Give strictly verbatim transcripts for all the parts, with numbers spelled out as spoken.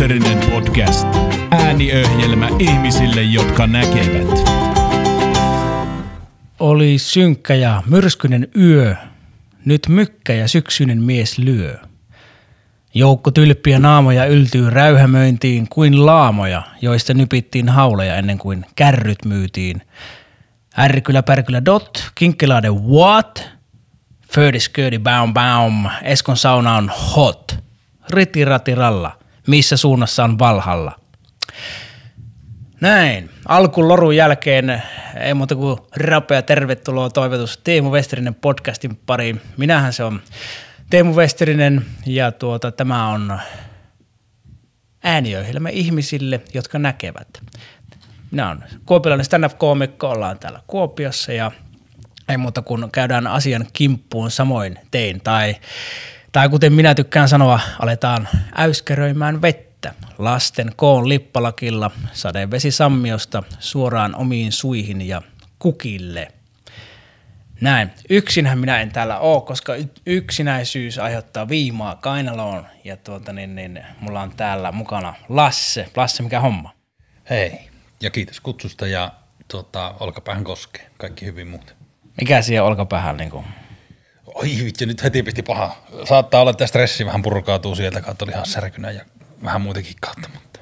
Westerinen podcast. Ääniöhjelmä ihmisille, jotka näkevät. Oli synkkä ja myrskyinen yö. Nyt mykkä ja syksyinen mies lyö. Joukko tylppiä naamoja yltyy räyhämöintiin kuin laamoja, joista nypittiin hauleja ennen kuin kärryt myytiin. Ärkylä pärkylä dot, kinkkilade what? Fördisködi baum baum, Eskon sauna on hot. Riti rati ralla, missä suunnassa on Valhalla. Näin, alkuun lorun jälkeen ei muuta kuin rapea tervetuloa toivotus Teemu Westerinen podcastin pariin. Minähän se on Teemu Westerinen ja tuota, tämä on ääniöhjelmä ihmisille, jotka näkevät. Minä olen kuopilainen stand-up-koomikko, ollaan täällä Kuopiossa ja ei muuta kuin käydään asian kimppuun samoin tein. Tai, tai kuten minä tykkään sanoa, aletaan äyskäröimään vettä lasten koon lippalakilla sadevesisammiosta suoraan omiin suihin ja kukille. Näin. Yksinhän minä en täällä ole, koska yksinäisyys aiheuttaa viimaa kainaloon ja tuota niin, niin mulla on täällä mukana Lasse. Lasse, mikä homma? Hei, ja kiitos kutsusta ja tuota, olkapäähän koskee. Kaikki hyvin muuten. Mikä siihen olkapäähän niinku? Oi vitsi, nyt heti pisti paha. Saattaa olla, että stressi vähän purkautuu sieltä kautta lihan särkynä ja vähän muutenkin kautta, mutta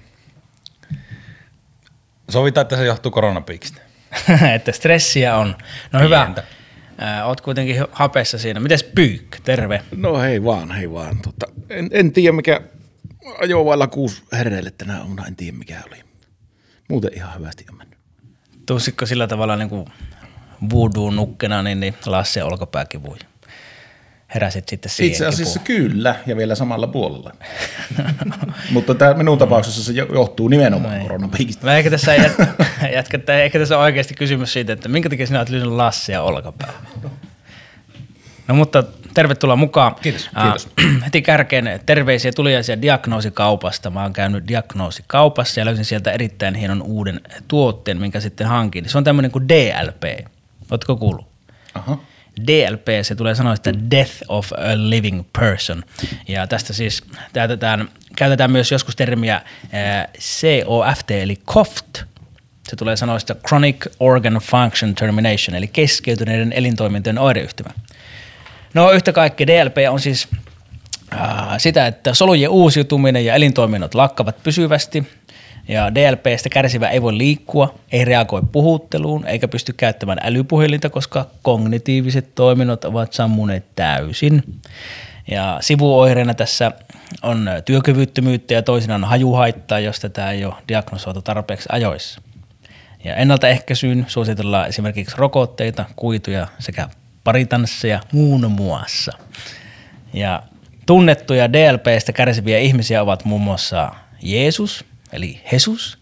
sovitaan, että se johtuu koronapiikistä. Että stressiä on. No Pientä. Hyvä. Äh, oot kuitenkin hapessa siinä. Mites Pyykk? Terve. No hei vaan, hei vaan. Tota, en, en tiedä mikä ajoin vailla kuusi hereille tänä aamuna, en tiedä mikä oli. Muuten ihan hyvästi on mennyt. Tuusitko sillä tavalla niin kuin voodoo-nukkena, niin, niin Lasse olkapääkivui? Heräsit sitten siihen Itse asiassa kipuun. kyllä, ja vielä samalla puolella. Mutta tämä minun tapauksessa se johtuu nimenomaan Noin. koronapiikistä. Mä ehkä tässä, jät, jätkä, ehkä tässä on oikeasti kysymys siitä, että minkä takia sinä olet lyönyt Lassea olkapäähän. No mutta tervetuloa mukaan. Kiitos, Uh, kiitos. Heti kärkeen terveisiä tuliaisia diagnoosikaupasta. Mä oon käynyt diagnoosikaupassa ja löysin sieltä erittäin hienon uuden tuotteen, minkä sitten hankin. Se on tämmöinen kuin D L P. Ootko kuullut? Aha. D L P, se tulee sanoa sitä Death of a Living Person. Ja tästä siis käytetään, käytetään myös joskus termiä C O F T eli C O F T. Se tulee sanoa sitä Chronic Organ Function Termination eli keskeytyneiden elintoimintojen oireyhtymä. No yhtä kaikki D L P on siis äh, sitä, että solujen uusiutuminen ja elintoiminnot lakkavat pysyvästi. Ja D L P:stä kärsivä ei voi liikkua, ei reagoi puhutteluun eikä pysty käyttämään älypuhelinta, koska kognitiiviset toiminnot ovat sammuneet täysin. Ja sivuoireena tässä on työkyvyttömyyttä ja toisinaan hajuhaittaa, jos tätä ei ole diagnosoitu tarpeeksi ajoissa. Ja ennaltaehkäisyyn suositellaan esimerkiksi rokotteita, kuituja sekä paritansseja muun muassa. Ja tunnettuja D L P:stä kärsiviä ihmisiä ovat muun muassa Jeesus, eli Jesus,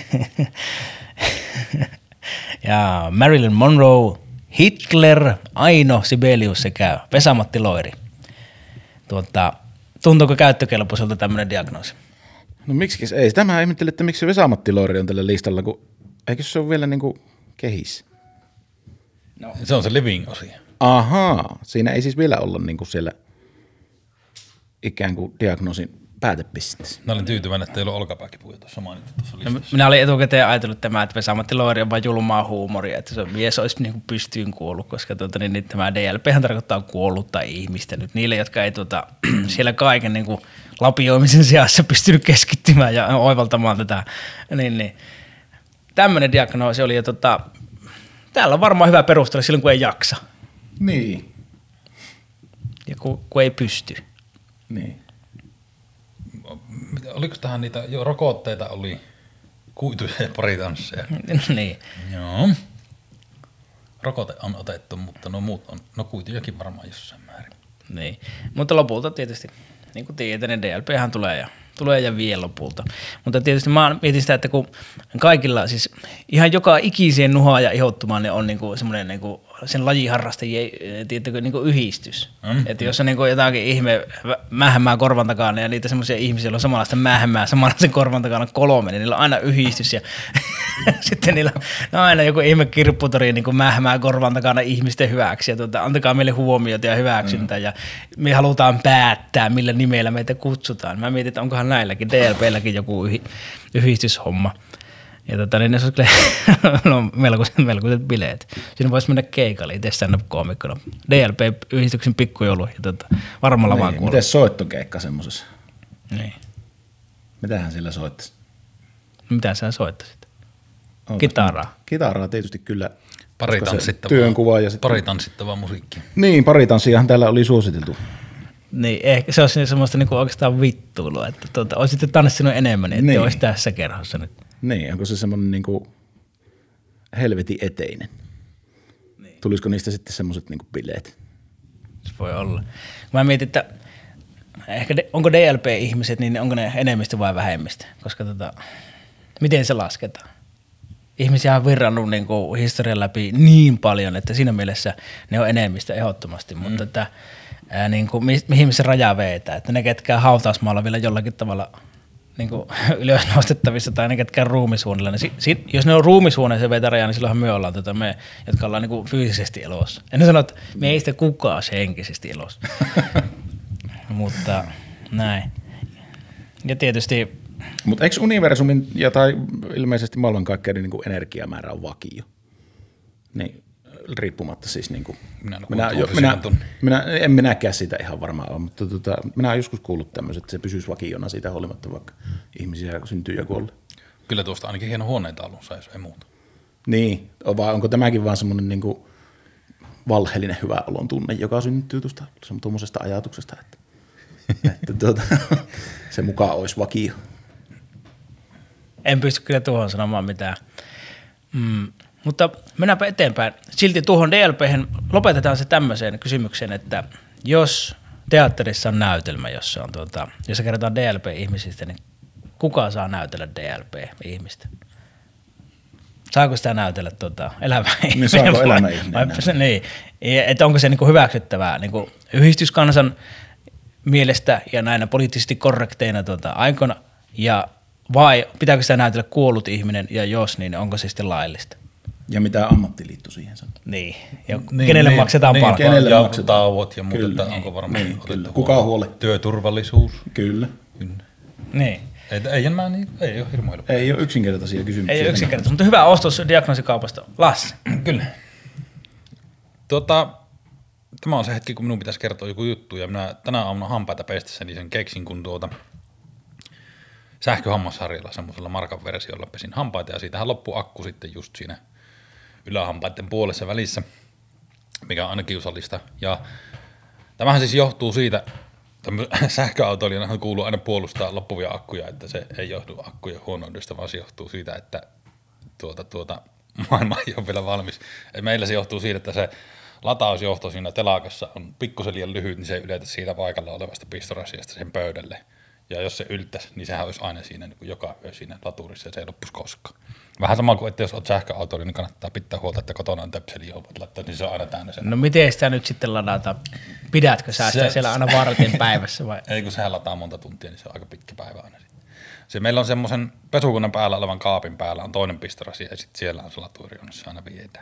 ja Marilyn Monroe, Hitler, Aino Sibelius sekä Vesa-Matti Loiri. Tuota, tuntuuko käyttökelpoiselta tämmöinen diagnoosi? No miksi ei? Sitä mä ihmettelin, että miksi se Vesa-Matti Loiri on tällä listalla, kun eikö se ole vielä niinku kehis? No. Se on se living-osia. Ahaa, siinä ei siis vielä olla niinku siellä ikään kuin diagnoosin päätepisteessä. Mä olin tyytyväinen, että ei ollut olkapääkipuja tuossa mainittu tuossa No, listassa. minä olin etukäteen ajatellut tämä, että Vesa-Matti Loiri on vain julmaa huumoria, että se mies olisi niin kuin pystyyn kuollut, koska tuota, niin, niin, tämä D L P:hän tarkoittaa kuollutta ihmistä nyt niille, jotka ei tuota, siellä kaiken niin kuin lapioimisen sijassa pystynyt keskittymään ja oivaltamaan tätä. Niin, niin. Tämmöinen diagnoosi oli ja tuota, täällä on varmaan hyvä perustella silloin, kun ei jaksa Niin. ja kun, kun ei pysty. Niin. Oliko tähän niitä, jo rokotteita oli kuituja ja paritansseja? Niin. Joo. Rokote on otettu, mutta no muut on, no kuitujakin varmaan jossain määrin. Niin, mutta lopulta tietysti, niin kuin tiedetään, niin D L P:hän tulee ja, tulee ja vie lopulta. Mutta tietysti mä mietin sitä, että kun kaikilla, siis ihan joka ikiseen nuhaa ja ihottumaan niin on niinku semmoinen niinku sen lajiharrastajien tiettäkö, niinku yhdistys. Mm. Että jos on niinku jotakin ihme mähämää korvan takana ja niitä semmoisia ihmisiä, joilla on samanlaista mähämää samanlaisen korvan takana kolme, niin niillä on aina yhdistys ja sitten niillä on aina joku ihme kirpputori niin kuin mähmää korvan takana ihmisten hyväksi ja tuota, antakaa meille huomiota ja hyväksyntää mm. ja me halutaan päättää, millä nimellä meitä kutsutaan. Mä mietin, että onkohan onhan näilläkin, D L P:lläkin joku yh, yhdistyshomma. Ja tota, niin ne olisi kyllä no, melkoiset, melkoiset bileet. Siinä voisi mennä keikalle itse stand-up-koomikkona. D L P-yhdistyksen pikkujoulu ja tota, varmalla niin, vaan kuuluu. Miten soittokeikka semmosessa? Niin. Mitähän sillä soittaisi? Mitä sä soittaisit? Kitaraa. Kitaraa tietysti kyllä. Pari tanssittavaa, työnkuva ja sitten... pari tanssittavaa musiikkia. Niin, pari tanssiahan täällä oli suositeltu. Niin, ehkä se olisi semmoista niinku oikeastaan vittuilua, että tuota, olisitte tanssinut enemmän, että niin. Olisi tässä kerhossa nyt. Niin, onko se semmoinen niinku helvetin eteinen? Niin. Tulisiko niistä sitten semmoiset niinku bileet? Se voi olla. Mä mietin, että ehkä de, onko D L P-ihmiset, niin onko ne enemmistö vai vähemmistö? Koska tota, miten se lasketaan? Ihmisiä on virrannut niin kuin historian läpi niin paljon, että siinä mielessä ne on enemmistö ehdottomasti, mm. mutta että, ää, niin kuin, mi- mihin se raja veetää, että ne ketkä hautausmaalla vielä jollakin tavalla niin kuin ylös nostettavissa tai ne ketkä ruumisuunnilla, niin si- si- jos ne on ruumisuuneen se vetää raja, niin silloinhan me ollaan tätä me, jotka ollaan niin kuin fyysisesti elossa. En sano, että me ei sitä kukaan ole henkisesti elossa, mutta näin. Ja tietysti... Mutta eikö universumin ja tai ilmeisesti maailmankaikkeuden niin kuin energiamäärä on vakio? Niin, riippumatta siis niin kuin, minä, minä, jo, minä, minä, en minäkään sitä ihan varmaan ole, mutta tota, minä olen joskus kuullut tämmöiset, että se pysyisi vakiona siitä huolimatta, vaikka ihmisiä syntyy ja kuolee. Kyllä tuosta ainakin hieno huoneita alussa, jos ei muuta. Niin, vai onko tämäkin vaan semmoinen niin kuin valheellinen hyvä olon tunne, joka syntyy tuosta tuommoisesta ajatuksesta, että, että tuota, se mukaan olisi vakio. En pysty kyllä tuohon sanomaan mitään. Mm, mutta mennäänpä eteenpäin. Silti tuohon D L P:hen lopetetaan se tämmöiseen kysymykseen, että jos teatterissa on näytelmä, jossa, on tuota, jossa kerrotaan D L P-ihmisistä, niin kuka saa näytellä D L P-ihmistä? Saako sitä näytellä tuota, elämää ihminen? Niin saako elämä ihminen? Niin, että onko se niinku hyväksyttävää niinku yhdistyskansan mielestä ja näinä poliittisesti korrekteina tuota, aikoina ja vai pitääkö sitä näytellä kuollut ihminen, ja jos, niin onko se sitten laillista? Ja mitä ammattiliitto siihen sanoo? Niin, ja niin, kenelle niin, maksetaan niin, palkkaa? Kenelle ja maksetaan tauot ja muuta, kyllä, että onko varmaan niin, otettu kuka huolehtii? Työturvallisuus. Kyllä. kyllä. Niin. Ei, ei, mä, niin, ei ole hirmu helppoa. Ei ole yksinkertaisia kysymyksiä. Ei ole yksinkertaisia, mutta hyvä ostos diagnoosikaupasta. Lassi. Kyllä. Tota, tämä on se hetki, kun minun pitäisi kertoa joku juttu, ja minä tänä aamuna hampaita pestessäni sen keksin, kun tuota sähköhammasharjalla semmoisella markan versiolla pesin hampaita, ja siitähän loppui akku sitten just siinä ylähampaiden puolessa välissä, mikä on aina kiusallista. Ja tämähän siis johtuu siitä, että sähköautoilijana kuuluu aina puolustaa loppuvia akkuja, että se ei johdu akkujen huonoudesta, vaan se johtuu siitä, että tuota, tuota, maailma ei ole vielä valmis. Et meillä se johtuu siitä, että se latausjohto siinä telakassa on pikkusen liian lyhyt, niin se ei yletä siitä paikalla olevasta pistorasiasta sen pöydälle. Ja jos se yltäisi, niin sehän olisi aina siinä niin kuin joka yö siinä laturissa ja se ei loppuisi koskaan. Vähän sama kuin, että jos olet sähköautoilija, niin kannattaa pitää huolta, että kotona on töpseli, johon voit laittaa, niin se on aina täynnä sen. No miten sitä nyt sitten ladata? Pidätkö sä sitä siellä aina vartin päivässä vai? Ei, kun sehän lataa monta tuntia, niin se on aika pitkä päivä aina sitten. Se meillä on semmoisen pesukunnan päällä olevan kaapin päällä on toinen pistorasi ja sitten siellä on se laturi, jonne se aina viedään.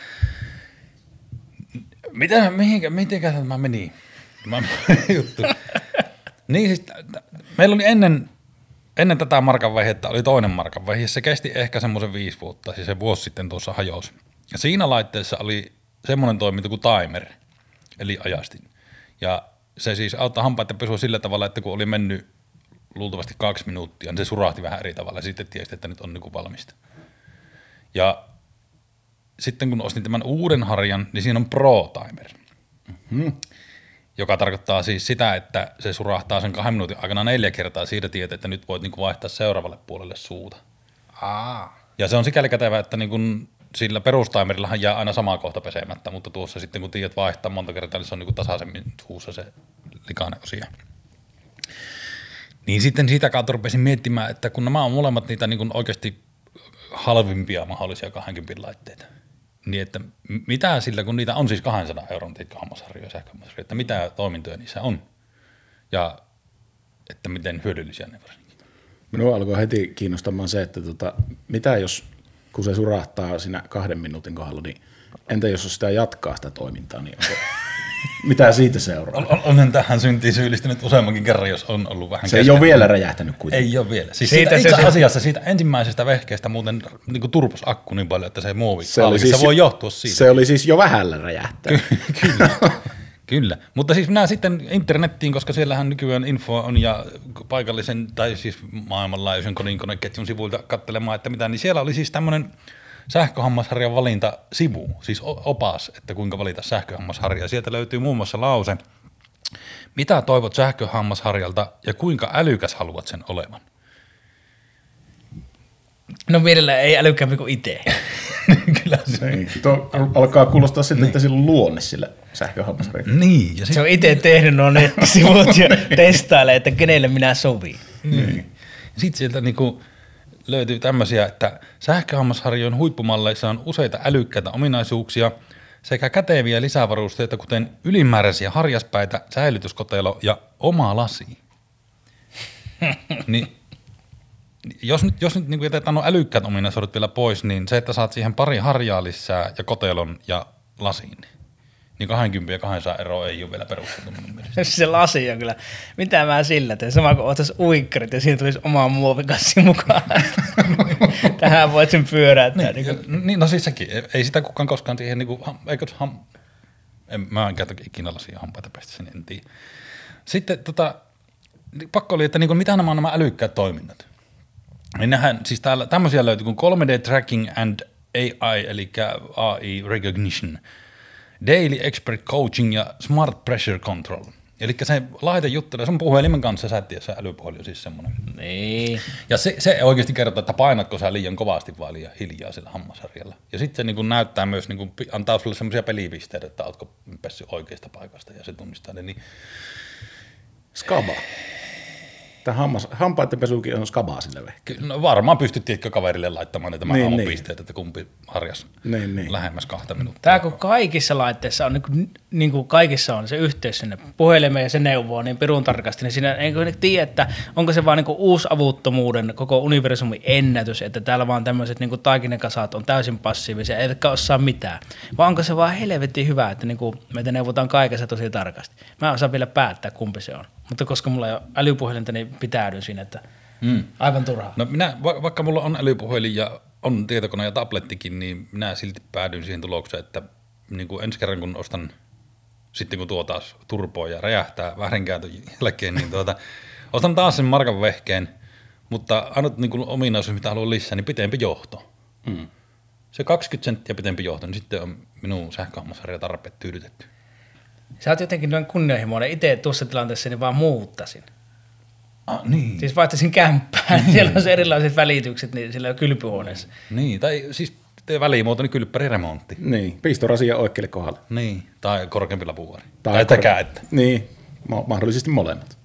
Mitä, mihinkä, mitenkä mä menin? Mä juttu. Niin siis, meillä oli ennen, ennen tätä markan vaihetta oli toinen markan vaihe, se kesti ehkä semmoisen viisi vuotta, siis se vuosi sitten tuossa hajosi. Ja siinä laitteessa oli semmoinen toiminto kuin timer, eli ajastin. Ja se siis auttaa hampaiden pesua sillä tavalla, että kun oli mennyt luultavasti kaksi minuuttia, niin se surahti vähän eri tavalla ja sitten tiesi, että nyt on niin valmista. Ja sitten kun ostin tämän uuden harjan, niin siinä on pro-timer. Mm-hmm. Joka tarkoittaa siis sitä, että se surahtaa sen kahden minuutin aikana neljä kertaa siitä tietä, että nyt voit niinku vaihtaa seuraavalle puolelle suuta. Aa. Ja se on sikäli kätevä, että niinku sillä perustaimerillahan jää aina sama kohta pesemättä, mutta tuossa sitten kun tiedät vaihtaa monta kertaa, niin se on niinku tasaisemmin suussa se likainen osia. Niin sitten siitä kautta rupesin miettimään, että kun nämä on molemmat niitä niinku oikeasti halvimpia mahdollisia kahdenkympin laitteita, niin että mitä sillä, kun niitä on siis kahdensadan euron hammasharjoja ja sähköhammasharjoja, että mitä toimintoja niissä on ja että miten hyödyllisiä ne varsinkin. Minua alkoi heti kiinnostamaan se, että tota, mitä jos, kun se surahtaa siinä kahden minuutin kohdalla, niin entä jos sitä jatkaa sitä toimintaa, niin onko, Mitä siitä seuraa? On, on tähän syntiin syyllistynyt useammankin kerran, jos on ollut vähän Se ei ole vielä räjähtänyt kuitenkin. Ei ole vielä. Siis Siitä siitä, se- itse asiassa siitä ensimmäisestä vehkeestä muuten niin turpos akku niin paljon, että se muovi Se oli se siis- voi johtua siitä. Se oli siis jo vähällä räjähtänyt. Kyllä. Kyllä, mutta siis minä sitten internettiin, koska siellähän nykyään info on ja paikallisen tai siis maailmanlaajuisen kodinkoneketjun sivuilta katselemaan, että mitä, niin siellä oli siis tämmöinen sähköhammasharjan valintasivu, siis opas, että kuinka valita sähköhammasharja. Sieltä löytyy muun muassa lause, mitä toivot sähköhammasharjalta ja kuinka älykäs haluat sen olevan. No mielellään ei älykkäämpi kuin itse. Kyllä se. Niin. Tuo alkaa kuulostaa siltä, että sillä on luonne sillä sähköhammasharjalla. Niin, ja Se sit, on itse tehnyt nuo nettisivut ja testailee, että kenelle minä sovin. niin. Sitten sieltä niinku löytyy tämmöisiä, että sähköhammasharjojen huippumalleissa on useita älykkäitä ominaisuuksia sekä käteviä lisävarusteita, kuten ylimääräisiä harjaspäitä, säilytyskotelo ja oma lasi. niin, jos nyt, jos nyt niin jätetään nuo älykkäät ominaisuudet vielä pois, niin se, että saat siihen pari harjaa lisää ja kotelon ja lasin, niin kaksikymmentä ja kaksisataa eroa ei ole vielä perusteltu minun mielestä. Se lasi on kyllä, mitä mä sillä teen, sama kuin otais uikkarit ja siinä tulisi oma muovikassi mukaan. Tähän voit sen pyöräyttää. Niin, Niin, niin, niin, no siis sekin, ei sitä kukaan koskaan siihen, niin kuin, eikö ham, en, mä en käytä ikinä lasia hampaita pestä, sen en tiedä. Sitten tota, pakko oli, että niin kuin, mitä nämä on nämä älykkäät toiminnot. Niin nähdään, siis täällä tämmöisiä löytyy kuin kolme D Tracking and A I, eli A I Recognition, Daily Expert Coaching ja Smart Pressure Control. Eli se laite juttelee, se on puhelimen kanssa sättiössä älypuhelin on siis semmoinen. niin. Ja se, se oikeasti kertoo, että painatko sä liian kovasti vai liian hiljaa sillä hammasharjalla. Ja sitten se niin kuin näyttää myös, niin kuin, antaa sulle semmoisia pelipisteitä, että ootko pessyt oikeasta paikasta ja se tunnistaa ne. Niin Skaba. Tämä hammas, hampaiden pesukin on skabaa sillä vehkeellä. no varmaan pystyttiinkö kaverille laittamaan ne tämän Niin, niin, niin. pisteet, että kumpi harjas Niin, niin. lähemmäs kahta minuuttia. Tää kun kaikissa laitteissa on, niin kuin, niin kuin kaikissa on se yhteys sinne puhelimeen ja se neuvoo niin pirun tarkasti, niin siinä ei niin tiedä, että onko se vaan niin kuin uusavuttomuuden koko universumin ennätys, että täällä vaan tämmöiset niin kuin taikinekasat on täysin passiivisia, eivätkä osaa mitään. Vai onko se vaan helvetin hyvä, että niin kuin meitä neuvotaan kaikessa tosi tarkasti. Mä en osaa vielä päättää, kumpi se on. Mutta koska mulla ei ole älypuhelinta, niin pitäydyn siinä, että mm. aivan turhaa. No minä, va- vaikka mulla on älypuhelin ja on tietokone ja tablettikin, niin minä silti päädyin siihen tulokseen, että niin kuin ensi kerran kun ostan, sitten kun tuo taas turpoa ja räjähtää väärinkäytön jälkeen, niin tuota, ostan taas sen markan vehkeen, mutta ainut niin kuin ominaisuus, mitä haluan lisää, niin pitempi johto. Mm. Se kaksikymmentä senttiä pitempi johto, niin sitten on minun sähköhammasharjan tarpeet tyydytetty. Sä oot jotenkin noin kunnianhimoinen. Itse tuossa tilanteessa niin vaan muuttasin. Ah, niin. Siis vaihtaisin kämppään. Siellä on se erilaiset välitykset niin sillä kylpyhuoneessa. Niin, tai siis tee välimuoto, niin kylppäriremontti. Niin, pistorasia oikealle kohdalle. Niin, tai korkeampi lapuvari. Tai, Tai tai kor- täkä, että. Niin, ma- mahdollisesti molemmat.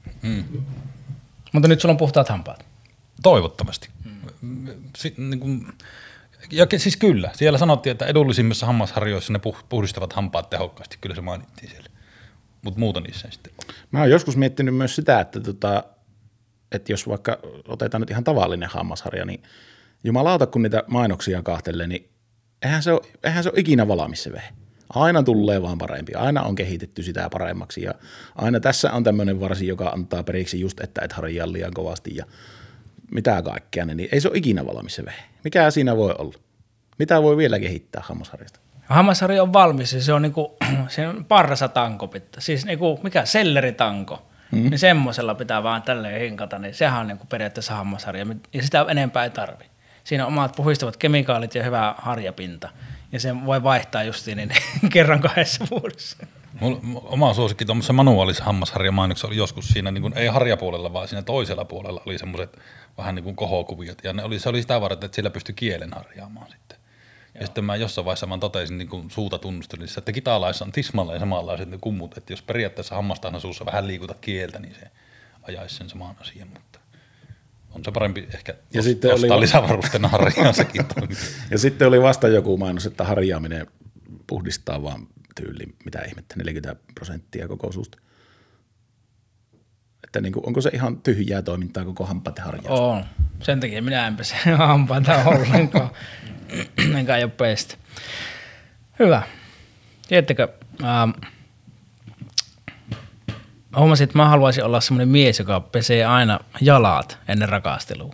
Mutta nyt sulla on puhtaat hampaat. Toivottavasti. Mm. Si, niin kuin, ja ke- siis kyllä, siellä sanottiin, että edullisimmissa hammasharjoissa ne puh- puhdistavat hampaat tehokkaasti. Kyllä se mainittiin siellä. Mutta muuta niissä ei sitten ole. Mä oon joskus miettinyt myös sitä, että, tota, että jos vaikka otetaan nyt ihan tavallinen hammasharja, niin jumalauta kun niitä mainoksia kahtelee, niin eihän se ole, eihän se ole ikinä valmis se vehe. Aina tulee vaan parempi, aina on kehitetty sitä paremmaksi ja aina tässä on tämmöinen varsi, joka antaa periksi just, että et harjaa liian kovasti ja mitä kaikkea, niin ei se ole ikinä valmis se vehe. Mikä siinä voi olla? Mitä voi vielä kehittää hammasharjasta? Hammasharja on valmis ja se on niinku, se on parrasatanko pitää. Siis niinku, mikä, selleritanko. Mm. Niin semmoisella pitää vaan tälleen hinkata, niin sehän on niinku periaatteessa hammasharja. Ja sitä enempää ei tarvi. Siinä on omat puhistavat kemikaalit ja hyvä harjapinta. Ja sen voi vaihtaa justiin niin kerran kahdessa vuodessa. Mulla, oma suosikki tuommoisessa manuaalissa hammasharjan mainoksessa oli joskus siinä, niin kuin, ei harjapuolella, vaan siinä toisella puolella oli semmoiset vähän niin kuin kohokuviot. Ja ne oli, se oli sitä varten, että sillä pystyi kielen harjaamaan sitten. Ja sitten mä jossain vaiheessa vaan totesin niin kuin suuta tunnustelissa, että kitalaissa on tismalleen samanlaiset ne kummut, että jos periaatteessa hammastahna suussa vähän liikutat kieltä, niin se ajaisi sen saman asian, mutta on se parempi ehkä Ja os, sitten ostaa oli- lisävarusteena harjaa sekin toimii. Ja sitten oli vasta joku mainos, että harjaaminen puhdistaa vaan tyyli, mitä ihmettä, neljäkymmentä prosenttia koko suusta. Että niin kuin, onko se ihan tyhjää toimintaa koko hampaiden harjaus? On. Sen takia minä en pese hampaita ollenkaan. Enkä aio pestä. Hyvä. Tiedättekö, ähm, huomasin, että mä haluaisin olla semmoinen mies, joka pesee aina jalat ennen rakastelua.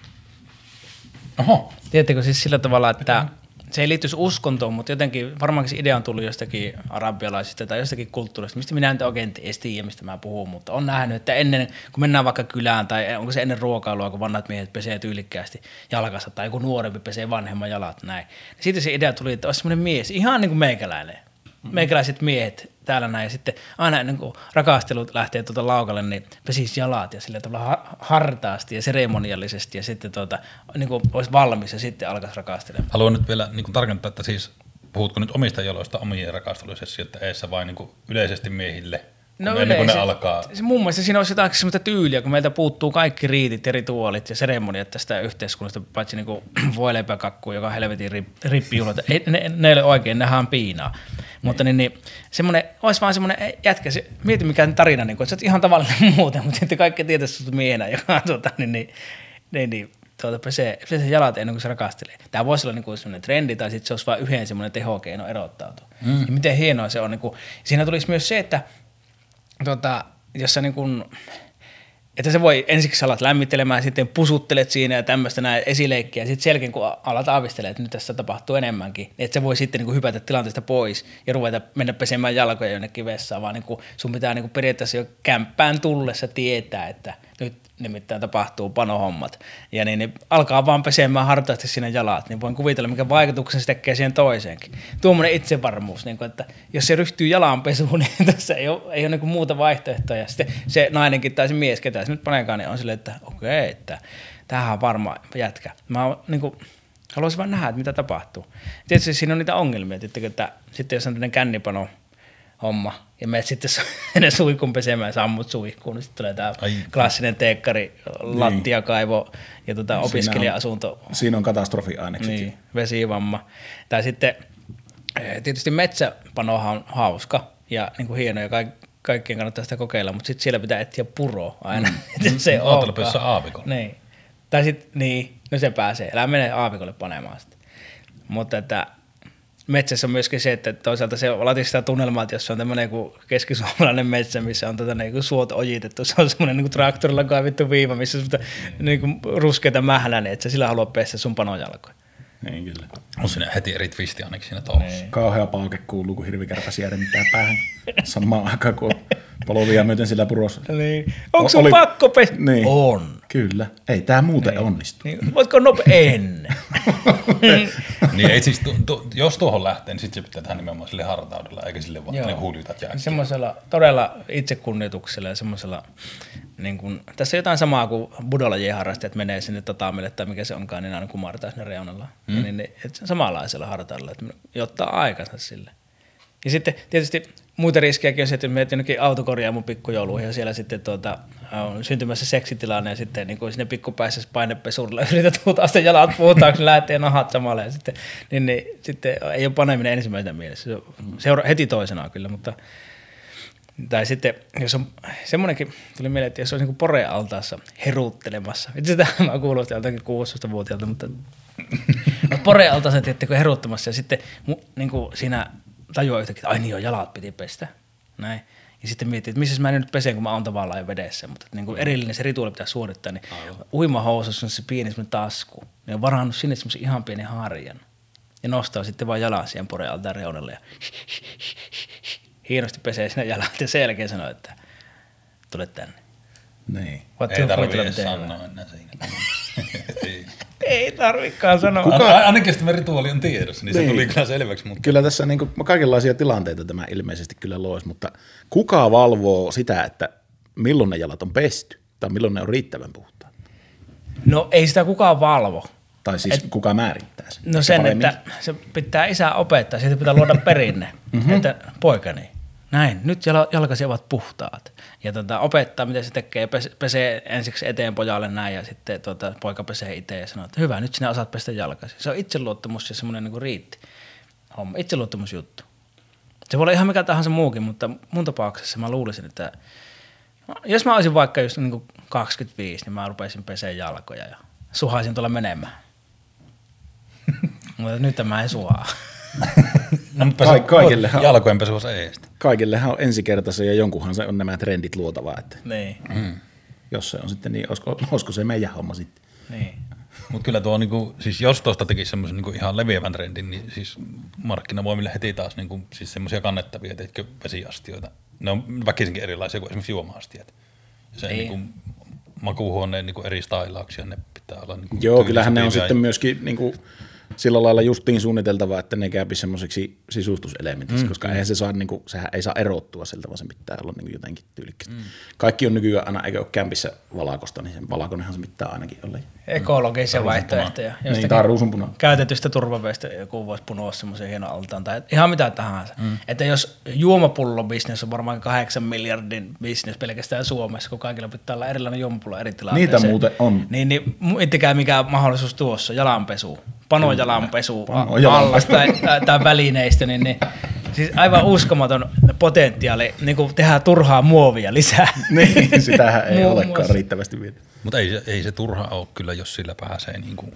Oho. Tiedättekö siis sillä tavalla, että se ei liittyisi uskontoon, mutta jotenkin varmaankin se idea on tullut jostakin arabialaisista tai jostakin kulttuurista, mistä minä en oikein edes tiedä, mistä mä puhun, mutta on nähnyt, että ennen, kun mennään vaikka kylään tai onko se ennen ruokailua, kun vanhat miehet pesee tyylikkäästi jalkansa tai joku nuorempi pesee vanhemman jalat, näin. Ja sitten se idea tuli, että olisi semmoinen mies, ihan niin kuin meikäläinen. Meikäläiset miehet täällä näin ja sitten aina ennen kuin rakastelut lähtee tuota laukalle, niin pesisi jalat ja sillä tavalla hartaasti ja seremoniallisesti ja sitten tuota, niin kuin olisi valmis ja sitten alkaisi rakastelemaan. Haluan nyt vielä niin kuin tarkentaa, että siis puhutko nyt omista jaloista omien rakastelusessioiden eessä vai niin kuin yleisesti miehille, kun No ennen kuin ne yleisesti. alkaa? Se, mun mielestä siinä olisi jotain sellaista tyyliä, kun meiltä puuttuu kaikki riitit ja rituaalit ja seremoniat tästä yhteiskunnasta, paitsi niin voileipäkakku, joka on helvetin rip, rippijuhlat. Ei, ne, ne ei ole oikein, nehän on piinaa. Mutta niin, niin, semmoinen, olisi vaan semmoinen jätkä, se, mieti mikä tarina, niin kuin, että sä oot ihan tavallinen muuten, mutta sitten kaikki tietäisi sut miehenä, joka tuota, niin, niin, niin, niin tuota, pesee, pesee jalat ennen kuin se rakastelee. Tämä voisi olla niin semmoinen trendi, tai sitten se olisi vain yhden semmoinen tehokeino erottautua. Mm. Ja miten hienoa se on. Niin kuin, siinä tulisi myös se, että Tota, jos sä niin kun, että se voi ensiksi alat lämmittelemään, sitten pusuttelet siinä ja tämmöistä näin esileikkiä, ja sitten selkeän kun alat aavistelemaan, että nyt tässä tapahtuu enemmänkin, niin että se voi sitten niin kun hypätä tilanteesta pois ja ruveta mennä pesemään jalkoja jonnekin vessaan, vaan niin kun sun pitää niin kun periaatteessa jo kämppään tullessa tietää, että nyt nimittäin tapahtuu panohommat. Ja niin, niin alkaa vaan pesemään hartaasti siinä jalat, niin voin kuvitella, mikä vaikutuksen se tekee siihen toiseenkin. Tuommoinen itsevarmuus, niin kuin, että jos se ryhtyy jalanpesuun, niin tässä ei ole, ei ole niin kuin muuta vaihtoehtoa. Ja sitten se nainenkin tai se mies, ketä se nyt paneekaan, niin on silleen, että okei, okay, että tämähän on varma jätkä. Mä oon, niin kuin, haluaisin vaan nähdä, että mitä tapahtuu. Tietysti siinä on niitä ongelmia, että sitten jos on tämmöinen kännipano, homma. Ja menet sitten ennen suihkun pesemään ja sammut suihkuun, niin sitten tulee tämä klassinen teekkari, lattiakaivo ja tota opiskelija-asunto. Siinä on katastrofiainekset. Niin, vesivamma. Tai sitten tietysti metsäpanohan on hauska ja niin kuin hieno ja kaik- kaikkien kannattaa sitä kokeilla, mutta sitten siellä pitää etsiä puro aina. Mm. se Aatalopissa aavikolla. Niin. Tai sitten, niin, no se pääsee. Älä mene aavikolle panemaan sitä. Mutta että metsässä on myöskin se, että toisaalta se latisi sitä tunnelmaa, että jos on tämmöinen keskisuomalainen metsä, missä on tätä niin suot ojitettu, se on semmoinen niin traktorilla kaivittu viiva, missä on niin ruskeita mählää, niin et sä sillä halua pestä sun panojalkoja. Niin kyllä. On siinä heti eri twisti ainakin siinä touhussa. Niin. Kauhea pauke kuuluu, kun hirvikärpäsi jäädentää päähän samaan aikaan, kun polvia myöten sillä purossa. Niin. Onko sun Oli... pakko pestä? Niin. On. Kyllä. Ei tää muuten Niin. onnistu. Niin. Voitko nopea ennen? Niin ei siis, tu, tu, jos tuohon lähtee, niin sitten se pitää tehdä nimenomaan sille hartaudella, eikä sille vaan ne huulitat jääkkiä. Semmoisella todella itsekunnioituksella ja semmoisella, niin kun, tässä on jotain samaa kuin budolajien-harrastajat menee sinne tataamille tai mikä se onkaan, niin aina kumartaa sinne reunalla. Mm. Niin, niin, samanlaisella hartaudella, että ottaa aikansa sille. Ja sitten tietysti muita riskejäkin on se, että menet jonnekin autokorjaamun pikkujouluihin ja siellä sitten tuota, on syntymässä seksitilanne ja sitten niin kuin sinne pikkupäissä painepesurilla yrität huutaa sitä jalat puhtaaksi, niin lähtee nahat samalle ja sitten, niin, niin, sitten ei ole paneminen ensimmäisenä mielessä. Se seura- heti toisenaan kyllä, mutta tai sitten jos on semmoinenkin, tuli mieleen, että jos on niin porealtaassa heruuttelemassa, itse asiassa mä kuulostin jotakin kuusitoistavuotiaalta, mutta porealtaassa tiettekö heruuttamassa ja sitten niin kuin siinä tajuaa yhtäkkiä, että ai niin joo, jalat piti pestä. Näin. Ja sitten miettii, että missä mä nyt pesen, kun mä oon tavallaan jo vedessä. Mutta niin kuin erillinen se rituaali pitää suorittaa, niin uimahousussa on se pieni semmoinen tasku. Ne on varannut sinne semmoisen ihan pienen harjan. Ja nostaa sitten vaan jalan siihen porealtaan reunalle ja hienosti pesee sinne jalat ja sen jälkeen sanoo, että tule tänne. Niin. Ei tarvitse edes sanoa enää siinä. Ei tarvikaan sanoa. Kuka? Ainakin jos tämä rituaali on tiedossa, niin, niin se tuli kyllä selväksi. Mutta... Kyllä tässä niin kuin, kaikenlaisia tilanteita tämä ilmeisesti kyllä loisi, mutta kuka valvoo sitä, että milloin ne jalat on pesty tai milloin ne on riittävän puhtaat? No ei sitä kukaan valvo. Tai siis Et, kuka määrittää sen? No sen, paremmin. Että se pitää isä opettaa, siitä pitää luoda perinne, mm-hmm. että poikani, näin, nyt jalkasi ovat puhtaat. Ja tota, opettaa, miten se tekee, pesee ensiksi eteen pojalle näin ja sitten tota, poika pesee itse ja sanoo, että hyvä, nyt sinä osaat pestä jalkasi. Se on itseluottamus ja semmoinen niin kuin riitti homma, itseluottamusjuttu. Se voi olla ihan mikä tahansa muukin, mutta mun tapauksessa mä luulisin, että jos mä olisin vaikka just niin kuin kaksikymmentäviisi, niin mä rupeisin peseen jalkoja ja suhaisin tuolla menemään. Mutta nyt mä en suhaa. No, pesu, Ka- kaikille jalkojen pesuus eestä. kaikillehan on ensikertaisen ja jonkunhan se on nämä trendit luotava, että Niin. Mm. jos se on sitten niin, olisiko, olisiko se meidän homma sitten? Niin. Mutta kyllä tuo, niinku, siis jos tuosta tekisi semmoisen niinku ihan leviävän trendin, niin siis markkinavoimille heti taas niinku, siis semmoisia kannettavia, teetkö, vesiastioita. Ne on väkisinkin erilaisia kuin esimerkiksi juoma-astiat. Se Ei. niinku, makuuhuoneen niinku eri stailauksia, ne pitää olla niinku Joo, kyllähän ne on tyylisopivia sitten ja- myöskin niinku, sillä lailla justiin suunniteltava, että ne käypi semmoiseksi sisustuselementiksi, mm, koska mm. eihän se saa, niinku, sehän ei saa erottua siltä, vaan se pitää olla niinku jotenkin tyylikkästä. Mm. Kaikki on nykyään aina, eikö ole kämpissä valakosta, niin sen valakonenhan se pitää ainakin olla. Ekologisia vaihtoehtoja. Niin, Jostakin tää on ruusunpuna. käytetystä turvaveistä joku voisi punoa semmoisen hienon altaan tai ihan mitä tahansa. Mm. Että jos juomapullobisnes on varmaan kahdeksan miljardin bisnes pelkästään Suomessa, kun kaikilla pitää olla erilainen juomapullo eri tilanteeseen. Niitä muuten on. Niin, niin miettikää mikä mahdollisuus tuossa, jalanpesu, panojalanpesu, Panojalanpesu. allas tai, tai, tai välineistö, niin, niin siis aivan uskomaton potentiaali niin kuin tehdä turhaa muovia lisää. Niin, sitähän ei Muun olekaan muassa. riittävästi vielä. Mutta ei, se- ei se turha ole kyllä, jos sillä pääsee niinku,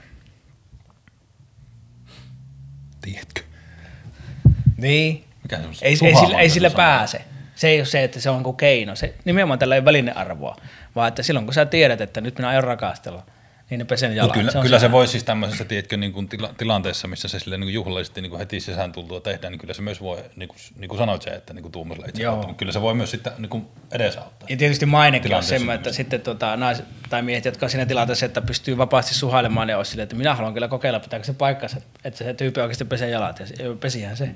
tiedätkö? Niin. Mikä se on se Ei, ei, tuhaava sillä, ei sillä sana? pääse. Se ei ole se, että se on kuin keino. Se, nimenomaan tällä ei ole välinearvoa, vaan että silloin kun sä tiedät, että nyt minä aion rakastella, niin ne pesen jalan. Mut kyllä, se on kyllä se se voi siis tämmöisessä, tiedätkö, niin kuin tila, tilanteessa, missä se silleen, niin kuin juhlallisesti niin kuin heti sisään tultua tehdään, niin kyllä se myös voi, niin kuin, niin kuin sanoit se, että niin kuin tuommoisella itse Joo. kautta, mutta kyllä se voi myös sitten niin kuin edesauttaa. Ja tietysti mainekin on Tilanteessa semmoinen, että sitten tota, naiset tai miehet, jotka on siinä tilanteessa, että pystyy vapaasti suhailemaan, niin olisi silleen, että minä haluan kyllä kokeilla, pitääkö se paikkansa, että se tyyppi oikeasti pesee jalat. Ja se, pesihän se.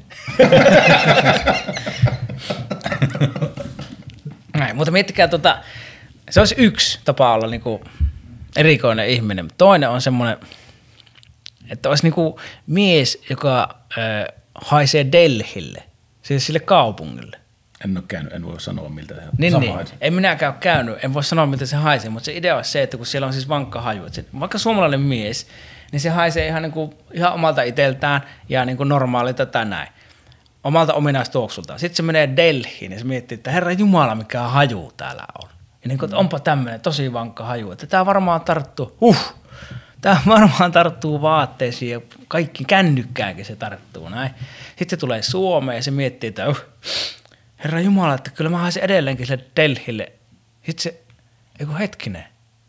Näin, mutta miettikää, tota, se olisi yksi tapa olla niinku erikoinen ihminen. Toinen on semmoinen, että olisi niinku mies, joka äh, haisee Delhille, siis sille kaupungille. En ole käynyt, en voi sanoa miltä se on. Niin, Sama niin. asia. En minäkään ole käynyt, en voi sanoa miltä se haisee, mutta se idea on se, että kun siellä on siis vankka haju, että se, vaikka suomalainen mies, niin se haisee ihan, niin kuin, ihan omalta itseltään ja niin kuin normaalilta tai näin, omalta ominaistuoksultaan. Sitten se menee Delhiin ja se miettii, että herra Jumala, mikä haju täällä on. Ja niin kuin, että onpa tämmöinen tosi vankka haju, että tämä varmaan tarttuu, uh, tämä varmaan tarttuu vaatteisiin ja kaikki kännykkäänkin se tarttuu näin. Sitten se tulee Suomeen ja se miettii, että uh, herra Jumala, että kyllä mä haisen edelleenkin sille Delhille. Sitten se, eiku hetkinen,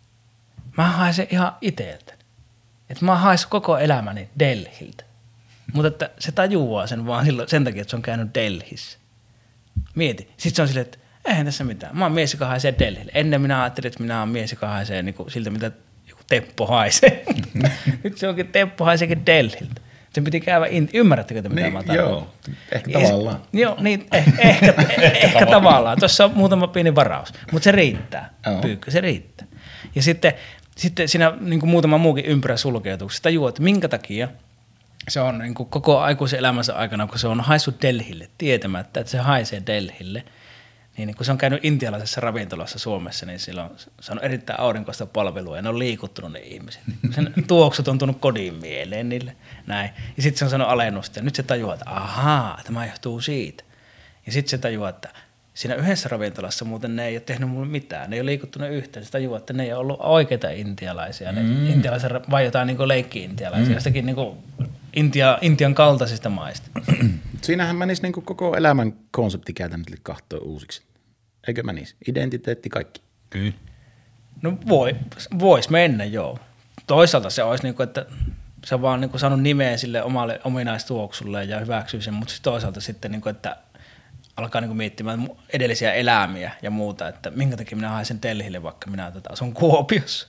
mä haisen ihan iteltä. Että mä haisin koko elämäni Delhiltä. Mutta että se tajuaa sen vaan silloin, sen takia, että se on käynyt Delhissä. Mieti. Sitten se on silleen, että eihän tässä mitään. Mä oon mies, joka haisee Delhille. Ennen minä ajattelin, että minä oon mies, joka haisee niin kuin siltä, mitä joku Teppo haisee. Nyt se onkin Teppo haiseekin Delhiltä. Sen piti käydä, in... ymmärrättekö te mitä Niin, mä tarkoitan? joo, ehkä Niin, tavallaan. Joo, niin, eh, ehkä, eh, ehkä tavallaan. Tuossa on muutama pieni varaus, mutta se riittää, Joo. Pyykkö, se riittää. Ja sitten, sitten siinä niin kuin muutama muukin ympyrä sulkeutuksesta tajuu, että minkä takia se on niin kuin koko aikuisen elämänsä aikana, kun se on haissut Delhille tietämättä, että se haisee Delhille, niin, niin kun se on käynyt intialaisessa ravintolassa Suomessa, niin sillä on saanut erittäin aurinkoista palvelua ja ne on liikuttunut ne ihmiset. Sen tuoksut on tullut kodin mieleen niille. Näin. Ja sitten se on saanut alennusta ja nyt se tajuaa, että ahaa, tämä johtuu siitä. Ja sitten se tajuaa, että siinä yhdessä ravintolassa muuten ne ei ole tehnyt mulle mitään. Ne ei ole liikuttunut yhtään. Se tajuaa, että ne ei ole ollut oikeita intialaisia. Ne mm. intialaisia vai jotain niin leikki-intialaisia, mm. jostakin niin kuin Intia, Intian kaltaisista maista. Siinähän menisi niin kuin koko elämän konsepti käytännössä kahtoa uusiksi. Eikö menisi? Identiteetti kaikki. Kyllä. No voi, vois mennä, joo. Toisaalta se olisi niin kuin, että se on vaan niin kuin saanut nimeä sille omalle ominaistuoksulle ja hyväksyy sen, mutta toisaalta sitten, niin kuin, että alkaa niin kuin miettimään edellisiä elämiä ja muuta, että minkä takia minä haisen Delhille, vaikka minä tätä asun Kuopiossa.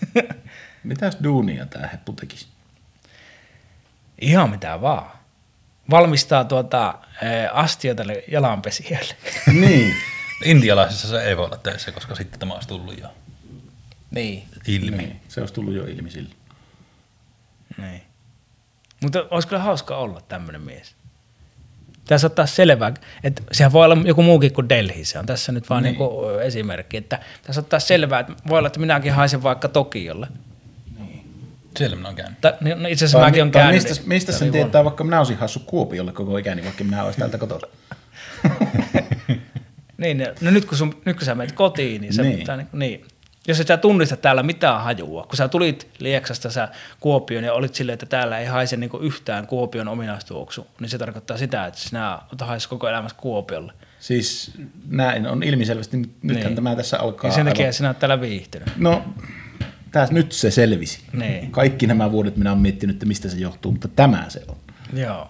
Mitäs duunia tämä heppu tekisi? Ihan mitä vaan. Valmistaa tuota ää, astioita jalanpesijöille. Niin. Intialaisessa se ei voi olla töissä, koska sitten tämä olisi tullut jo niin. ilmi. niin. Se olisi tullut jo ilmi sille. Niin. Mutta olisi kyllä hauska olla tämmöinen mies. Tässä ottaa selvää, että sehän voi olla joku muukin kuin Delhi, se on tässä nyt vaan niin. Niin kuin esimerkki, että tässä ottaa selvää, että voi olla, että minäkin haisen vaikka Tokiolle. Siellä minä olen käynyt. Ta, no itse asiassa mäkin olen tai käynyt. mistä, mistä se sen oli tietää, vaikka minä olisin hassut Kuopiolle koko ikäni, vaikka minä olisin täältä kotona. niin, no nyt kun, sun, nyt kun sä menet kotiin, niin se Niin. pitää niin, niin. Jos et sä tunnista täällä mitään hajua, kun sä tulit Lieksasta sä Kuopioon ja olit silleen, että täällä ei haise niinku yhtään Kuopion ominaistuoksu, niin se tarkoittaa sitä, että sinä haisi koko elämässä Kuopiolle. Siis näin on ilmiselvästi, nythän niin. Tämä tässä alkaa. Ja sen takia aivan... sinä olet täällä viihtynyt. No, tässä nyt se selvisi. Niin. Kaikki nämä vuodet minä olen miettinyt, että mistä se johtuu, mutta tämä se on. Joo.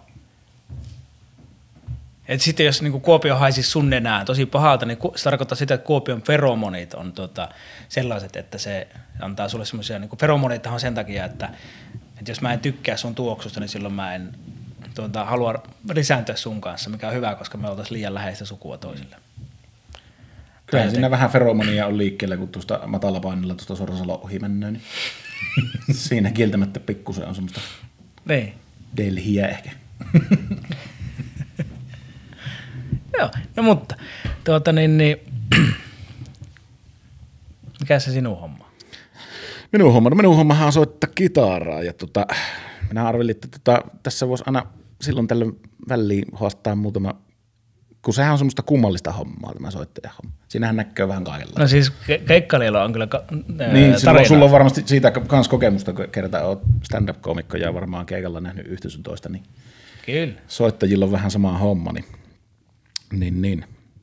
Et sitten jos niinku Kuopio haisisi sun nenää tosi pahalta, niin se tarkoittaa sitä, että Kuopion feromonit on tota sellaiset, että se antaa sulle semmoisia, niinku feromonithan on sen takia, että, että jos mä en tykkää sun tuoksusta, niin silloin mä en tuota, halua lisääntyä sun kanssa, mikä on hyvä, koska me oltaisiin liian läheistä sukua toisille. Kyllä siinä vähän feromonia on liikkeellä, kun tuosta matalapainilla tuosta Sorsalon ohi mennään. Niin siinä kieltämättä pikkusen on semmoista niin. delhiä ehkä. Joo, no mutta, tuota niin, niin mikä se sinun homma? Minun homma, no minun hommahan on soittaa kitaraa ja tota, minä arvelin, että tota, tässä voisi aina silloin tällöin väliin haastaa muutama, kun sehän on semmoista kummallista hommaa tämä soittajahomma. Siinähän näkyy vähän kaikenlaista. No siis ke- keikkailijalla on kyllä ka- niin, sulla, sulla on varmasti siitä kans kokemusta, kun kertaa olet stand-up-koomikko ja varmaan keikalla nähnyt yhtä sun toista, niin kyllä. Soittajilla on vähän sama homma, niin Niin, niin.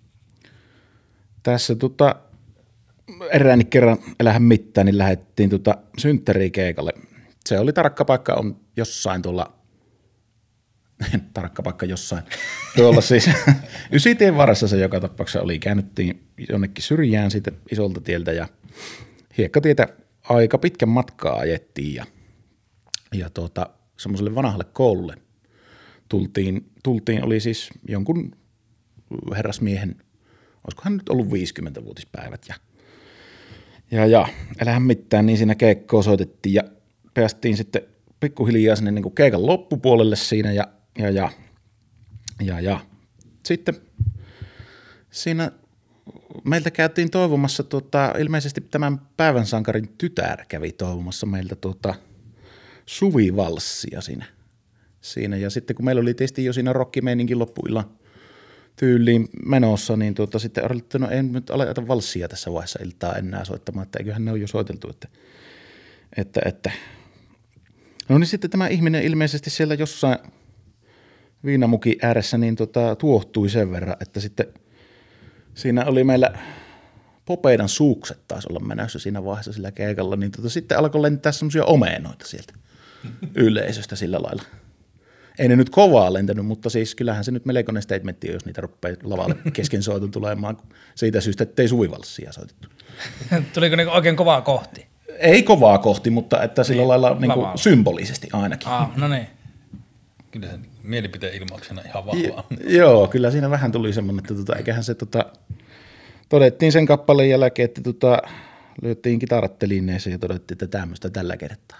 Tässä tota, eräänkin kerran elähän mitään, niin lähdettiin tota synttärikeikalle. Se oli tarkka paikka, on jossain tuolla, tarkka paikka jossain, tuolla siis Ysitien varressa se joka tapauksessa oli. Käännyttiin jonnekin syrjään siitä isolta tieltä ja hiekkatietä aika pitkän matkaa ajettiin ja, ja tuota, semmoiselle vanhalle koululle tultiin, tultiin, oli siis jonkun herrasmiehen, olisikohan nyt ollut viisikymmentävuotispäivät ja, ja, ja älähän mitään, niin siinä keikkoa soitettiin ja päästiin sitten pikkuhiljaa sinne niin kuin keikan loppupuolelle siinä ja, ja, ja, ja, ja. Sitten siinä meiltä käytiin toivomassa, tuota, ilmeisesti tämän päivän sankarin tytär kävi toivomassa meiltä tuota, suvivalssia siinä, siinä ja sitten kun meillä oli tietysti jo siinä rockimeininkin loppuillan tyyliin menossa, niin tuota, sitten arvelin, että no en nyt aleta valssia tässä vaiheessa iltaa enää soittamaan, että eiköhän ne ole jo soiteltu, että, että, että. No niin sitten tämä ihminen ilmeisesti siellä jossain viinamukin ääressä niin tota, tuohtui sen verran, että sitten siinä oli meillä Popeidan suukset taisi olla menossa siinä vaiheessa sillä keikalla, niin tota, sitten alkoi lentää semmoisia omenoita sieltä yleisöstä sillä lailla. Ei ne nyt kovaa lentänyt, mutta siis kyllähän se nyt melkoinen statementti on, jos niitä rupeaa lavalle kesken soiton tulemaan siitä syystä, ettei suvivalssia soitettu. Tuliko niinku oikein kovaa kohti? Ei kovaa kohti, mutta että sillä niin, lailla niinku symbolisesti ainakin. Ah, no niin. Kyllä se mielipiteen ilmauksena ihan vahvaa. Joo, kyllä siinä vähän tuli semmoinen, että tota, eiköhän se tota, todettiin sen kappaleen jälkeen, että tota, lyöttiin kitarat telineeseen ja todettiin, että tämmöistä tällä kertaa.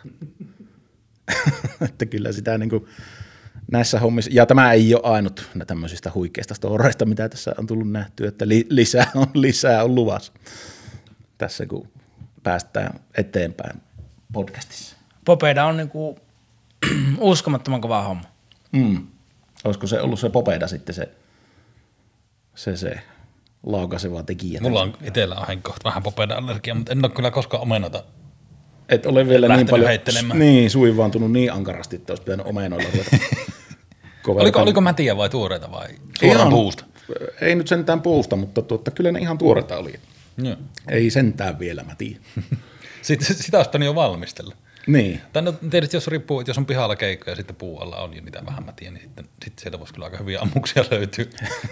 Että kyllä sitä niinku näissä hommissa, ja tämä ei ole ainut tämmöisistä huikeista storeista, mitä tässä on tullut nähtyä, että li, lisää on lisää on luvassa tässä, kun päästään eteenpäin podcastissa. Popeida on niinku uskomattoman kova homma. Mm. Olisiko se ollut se Popeida sitten se, se, se laukaiseva tekijä? Mulla on itsellä ahenkohta vähän Popeida-allergia, mutta en ole kyllä koskaan omenota. Et ole vielä niin paljon niin, suivaantunut niin ankarasti, että olisi pitänyt omenoilla ruveta. oliko, oliko mätiä vai tuoreita vai suoraan ihan, puusta? Ei nyt sentään puusta, mutta tuota, kyllä ne ihan tuoreita oli. Joo. Ei sentään vielä mätiä. Sitten, sitä olisi pitänyt jo valmistella. Niin. Tai no, tietysti jos riippuu, että jos on pihalla keikkoja ja sitten puu alla on jo niitä vähän mätiä, niin sitten, sitten sieltä voisi kyllä aika hyviä ammuksia löytyä.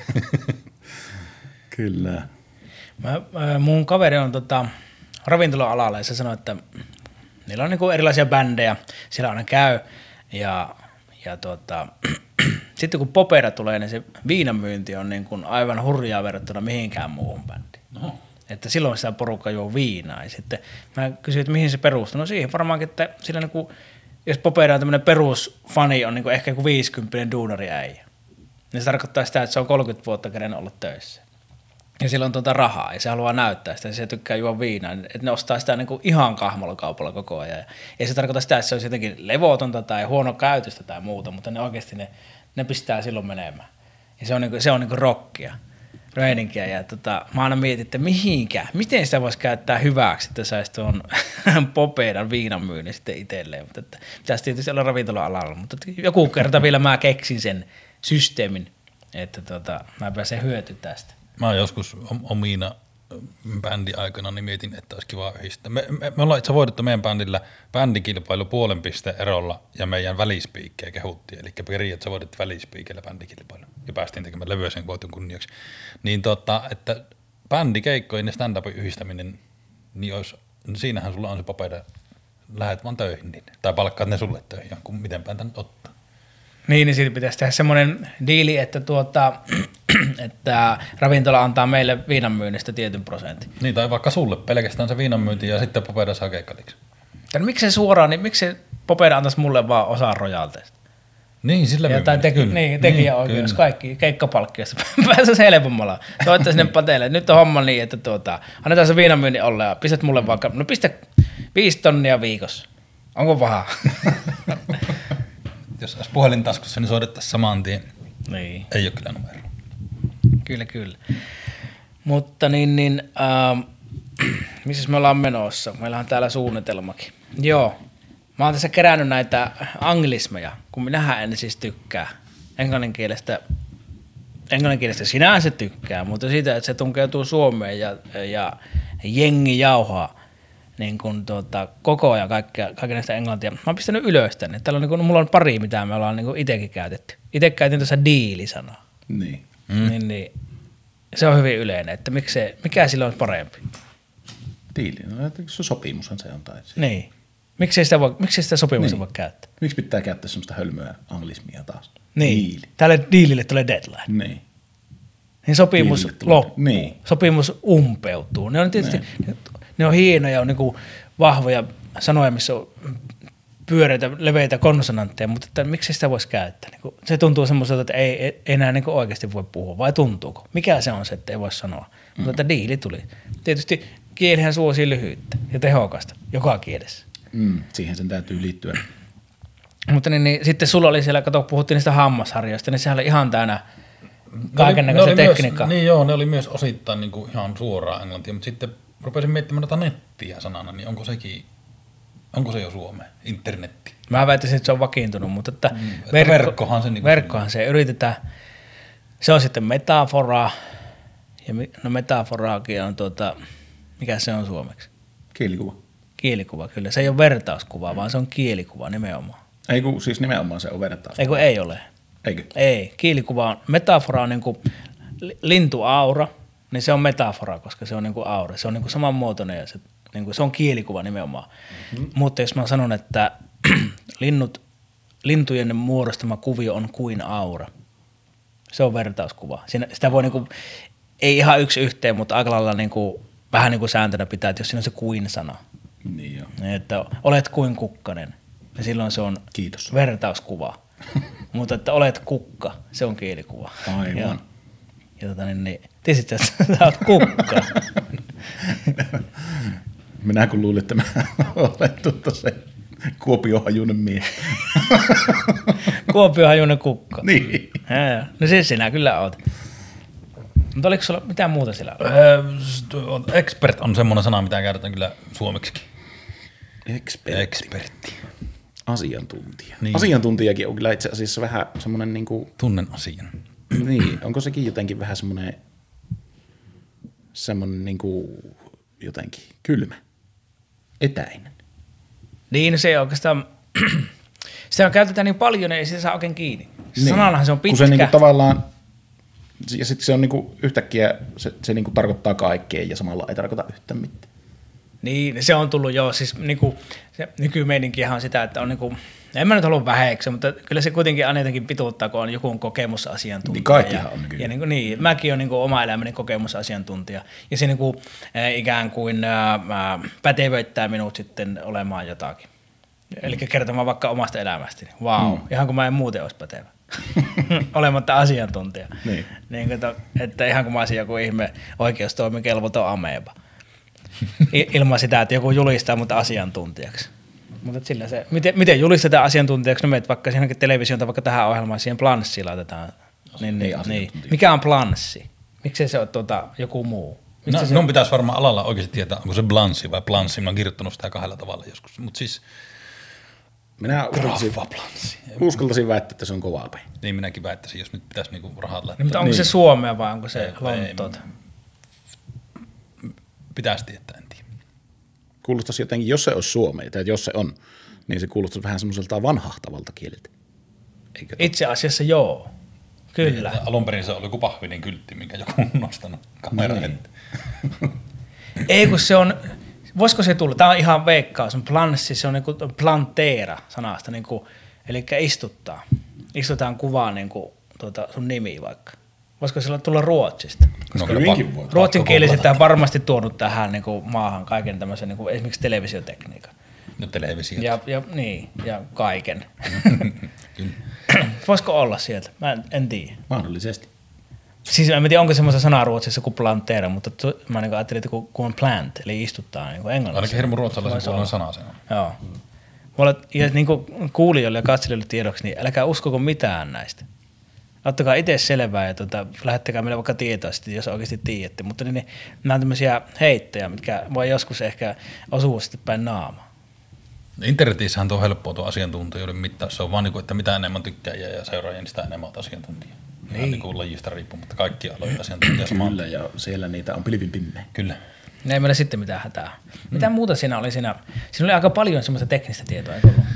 Kyllä. Mä, mun kaveri on tota, ravintola-alalla ja se sanoi, että niillä on niinku erilaisia bändejä, siellä aina käy ja, ja tota, sitten kun Popeida tulee, niin se viinamyynti on niin kuin aivan hurjaa verrattuna mihinkään muuhun bändiin. No. Että silloin sitä porukka juo viinaa ja sitten mä kysyin, että mihin se perustuu. No siihen varmaankin, että sillä niin kuin, jos Popeida on tämmöinen perusfani, on niin kuin ehkä joku viisikymppinen duunariäijä, niin se tarkoittaa sitä, että se on kolmekymmentä vuotta kerennyt olla töissä. Ja sillä on tuota rahaa ja se haluaa näyttää sitä ja se tykkää juoda viinaa, että ne ostaa sitä niin kuin ihan kahmalla kaupalla koko ajan. Ja ei se tarkoita sitä, että se olisi jotenkin levotonta tai huono käytöstä tai muuta, mutta ne oikeasti ne, ne pistää silloin menemään. Ja se on, niin kuin, se on niin kuin rockia. meininkiä. Ja tota, mä aina mietin, että mihinkä, miten sitä voisi käyttää hyväksi, että saisi tuon Popedan viinan myynnin sitten itselleen. Mutta että pitäisi tietysti olla ravintola-alalla, mutta joku kerta vielä mä keksin sen systeemin, että tota, mä pääsen hyöty tästä. Mä oon joskus omina bändin aikana niin mietin, että olisi kiva yhdistää. Me, me, me ollaan itse voitettu meidän bändillä bändikilpailu puolen pisteen erolla ja meidän välispiikkejä kehuttiin. Eli periaatteessa voitettiin välispiikeillä bändikilpailu ja päästiin tekemään levyä sen voiton kunniaksi. Niin tota, että bändikeikkojen ja stand-upin yhdistäminen, niin olisi, niin siinähän sulla on se Popeda, lähet vaan töihin niin, tai palkkaat ne sulle töihin, kun miten päin nyt ottaa. Niin, niin siitä pitäisi tehdä semmoinen diili, että, tuota, että ravintola antaa meille viinanmyynnistä tietyn prosentin. Niin, tai vaikka sulle pelkästään se viinanmyynti ja sitten Popeda saa keikkaliksi. Miksi se suoraan, niin miksi Popeda antaisi mulle vaan osaa rojalteista? Niin, sillä Ja teki, niin, tekijäoikeus, niin, kaikki, keikkapalkkiosta. Pääsisi helpommalla. Soittaa sinne pateille, nyt on homma niin, että tuota, annetaan se viinanmyynnin olla ja pistät mulle vaikka, no pistä viisi tonnia viikossa. Onko paha? Jos olisi puhelin taskussa, niin soitettaisiin saman tien. Niin. Ei ole kyllä numero. Kyllä, kyllä. Mutta niin, niin ähm, missä me ollaan menossa? Meillä on täällä suunnitelmakin. Joo. Mä oon tässä kerännyt näitä anglismeja, kun minähän en siis tykkää englanninkielestä. Englanninkielestä sinänsä tykkää, mutta siitä, että se tunkeutuu Suomeen ja, ja jengi jauhaa niin kun tuota, koko ajan kaikkea, kaiken näistä englantia. Mä oon pistänyt ylös tänne. Täällä on, niin kun, mulla on pari, mitä me ollaan niin itsekin käytetty. Itse käytin tuossa diili-sanaa. Niin. Mm. Niin, niin. Se on hyvin yleinen, että miksi se, mikä sillä on parempi? Diili, no se sopimushan se on. Tai niin. Miksi sitä, voi, miksi sitä sopimusta niin. voi käyttää? Miksi pitää käyttää semmoista hölmöä anglismia taas? Niin. Diili. Tälle diilille tulee deadline. Niin. Niin sopimus loppuu. Niin. Sopimus umpeutuu. Ne on tietysti, niin. ne on hienoja, on niin kuin vahvoja sanoja, missä on pyöreitä, leveitä konsonantteja, mutta että miksi sitä voisi käyttää? Niin kuin, se tuntuu semmoiselta, että ei, ei enää niin kuin oikeasti voi puhua, vai tuntuuko? Mikä se on se, että ei voi sanoa? Mm. Mutta että diili tuli. Tietysti kielihän suosii lyhyyttä ja tehokasta, joka kielessä. Mm, siihen sen täytyy liittyä. Mutta niin, niin, sitten sulla oli siellä, kato, puhuttiin niistä hammasharjoista, niin sehän oli ihan täynnä kaikennäköistä tekniikkaa. Niin joo, ne oli myös osittain niin kuin ihan suoraan englantia, mutta sitten rupesin miettimään noita nettiä sanana, niin onko sekin, onko se jo Suomeen, internetti? Mä väittäisin, että se on vakiintunut, mutta että, mm, että verkko, verkkohan se, niin verkkohan se yritetään. Se on sitten metaforaa, ja no metaforaakin on tuota, mikä se on suomeksi? Kielikuva. Kielikuva, kyllä. Se ei ole vertauskuva, vaan se on kielikuva nimenomaan. Ei kun siis nimenomaan se on vertauskuva. Ei kun ei ole. Eikö? Ei. Kielikuva on, metafora on niin kuin lintuaura, niin se on metafora, koska se on niin kuin aura. Se on niin kuin samanmuotoinen ja se, niin kuin, se on kielikuva nimenomaan. Mm-hmm. Mutta jos mä sanon, että linnut, lintujen muodostama kuvio on kuin aura, se on vertauskuva. Siinä, sitä voi niin kuin, ei ihan yksi yhteen, mutta aika lailla niin kuin, vähän niin kuin sääntönä pitää, että jos siinä on se kuin-sana, niin joo. että olet kuin kukkanen, ja silloin se on Kiitos. vertauskuva. Mutta että olet kukka, se on kielikuva. Aivan. Ja, ja tota niin, niin tiesitkö, että sä oot kukka? Minä kun luulin, että mä olen tuttu se Kuopiohajuinen mies. Kuopiohajuinen kukka. Niin. Ja, no siis sinä kyllä oot. Mutta oliko sulla mitään muuta siellä? Öö, expert on semmoinen sana, mitä käytetään kyllä suomeksikin. Expertti. Expertti. Asiantuntija. Niin. Asiantuntijakin on kyllä itse asiassa vähän semmoinen niinku, Tunnen asian. niin, onko sekin jotenkin vähän semmoinen, semmoinen niinku jotenkin kylmä, etäinen. Niin, se oikeastaan, sitä käytetään niin paljon, ei sitä saa oikein kiinni. Niin. Sananahan se on pitkä. Kun se niinku tavallaan, ja sitten se on niinku yhtäkkiä, se, se niinku tarkoittaa kaikkea ja samalla ei tarkoita yhtään mitään. Niin, se on tullut jo, siis niinku, se nykymeininkihän on sitä, että on niinku, en mä nyt halua väheksyä, mutta kyllä se kuitenkin aina jotenkin pituuttaa, kun on joku kokemusasiantuntija. Niin kaikkihan ja, on nykyään. Ja niinku, niin, mäkin olen niinku oma elämäni kokemusasiantuntija. Ja se niinku, äh, ikään kuin äh, pätevöittää minut sitten olemaan jotakin. Eli kertomaan vaikka omasta elämästäni. Vau, wow, mm. ihan kuin mä en muuten olisi pätevä. Olematta asiantuntija. Niin. Niin, että, että ihan kuin mä olisin joku ihme oikeustoimikelvoton ameba. Ilman sitä, että joku julistaa mut asiantuntijaksi. Mutta sillä se, miten, miten julistetaan asiantuntijaksi? No meet vaikka siihenkin televisioon tai vaikka tähän ohjelmaan, siihen planssiin laitetaan. Niin, niin, niin. Mikä on planssi? Miksei se ole tuota, joku muu? Mistä No, se... minun pitäisi varmaan alalla oikeasti tietää, onko se blanssi vai blanssi. Mä oon kirjoittanut sitä kahdella tavalla joskus. Mutta siis Minä uskaltaisin, blanssi. uskaltaisin väittää, että se on kovaa päin. Niin minäkin väittäisin, jos nyt pitäisi niinku rahat laittaa. No, mutta onko Niin. se Suomea vai onko se Ei, Lontoota? Pitäisi tietää, en tiedä. Kuulostaisi jotenkin, jos se olisi suomea, tai jos se on, niin se kuulostaisi vähän semmoiselta vanhahtavalta kieleltä. Eikö? Itse asiassa joo. Kyllä. Niin, alun perin se oli joku pahvinen kyltti, minkä joku on nostanut kameran Niin. eteen. Ei kun se on, voisiko se tulla, tämä on ihan veikkaus, on planssi, se on niinku planteera sanasta, niinku, eli istuttaa. Istutaan kuvaan niinku, tuota, sun nimi vaikka. Voisiko se tulla Ruotsista? No, hyvinkin pakko- voi. pakko Ruotsinkieliset googlata. on varmasti tuonut tähän niinku, maahan kaiken tämmöisen, niinku, esimerkiksi televisiotekniikan. No televisio. Ja, ja, niin, ja kaiken. Kyllä. Voisiko olla sieltä? Mä en, en tiedä. Mahdollisesti. Siis en tiedä, onko semmoista sanaa Ruotsissa kuin planteera, mutta tu, mä niin ajattelin, että kun, kun on plant, eli istuttaa niin kuin englanniksi. Ainakin hirmu ruotsalaisen Voisi puolen olla. sana se on. Joo. Mulla, ja niin kuin kuulijoille ja katselijoille tiedoksi, niin älkää uskoko mitään näistä. Ottakaa itse selvää ja tuota, lähettäkää meille vaikka tietoa sitten, jos oikeasti tiedätte. Mutta niin, nämä on tämmöisiä heittejä, mitkä voi joskus ehkä osua sitten päin naamaa. Internetissähän tuo on helppoa tuo asiantuntijoiden mittaus. Se on vaan niin kuin, että mitä enemmän tykkääjiä ja seuraajia, niin sitä enemmän olet asiantuntija. Niin. Ihan niin kuin lajista riippumatta. Kaikki aloja asiantuntija samaan. Kyllä, ja siellä niitä on pilvin pimmeä. Kyllä. Ne ei meillä sitten mitään hätää. Mitä mm. muuta siinä oli siinä? Siinä oli aika paljon semmoista teknistä tietoa, eikö ollut?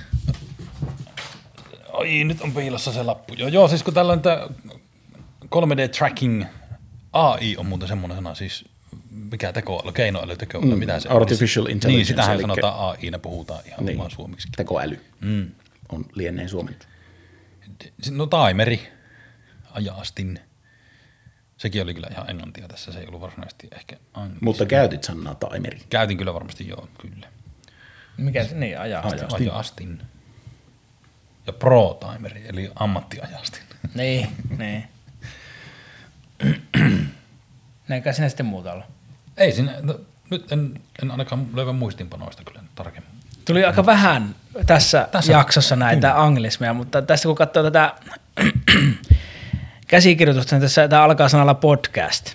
Ai, nyt on piilossa se lappu. Joo, joo siis kun tällainen tämä kolme D tracking, A I on muuten semmoinen sana, siis mikä tekoäly, keinoäly, tekoäly, mm, mitä se on? artificial intelligence, Niin, sitähän eli- sanotaan A I, ne puhutaan ihan Niin. vaan suomiksi. Tekoäly Mm. on lieneen suomennus. No taimeri, ajastin. Sekin oli kyllä ihan englantia tässä, se ei ollut varsinaisesti ehkä anglia. Mutta käytit sanaa taimeri. Käytin kyllä varmasti joo, kyllä. Mikä se, niin, ajaa. Ajastin. Ajastin. Ja pro-timeri, eli ammattiajastin. Niin, niin. Näinkään sinä sitten muuta olla. Ei siinä, no, nyt en, en ainakaan löyvä muistinpanoista kyllä tarkemmin. Tuli aika vähän tässä, tässä jaksossa näitä kyllä. anglismeja, mutta tässä kun katsoo tätä käsikirjoitusta, niin tässä tämä alkaa sanalla podcast.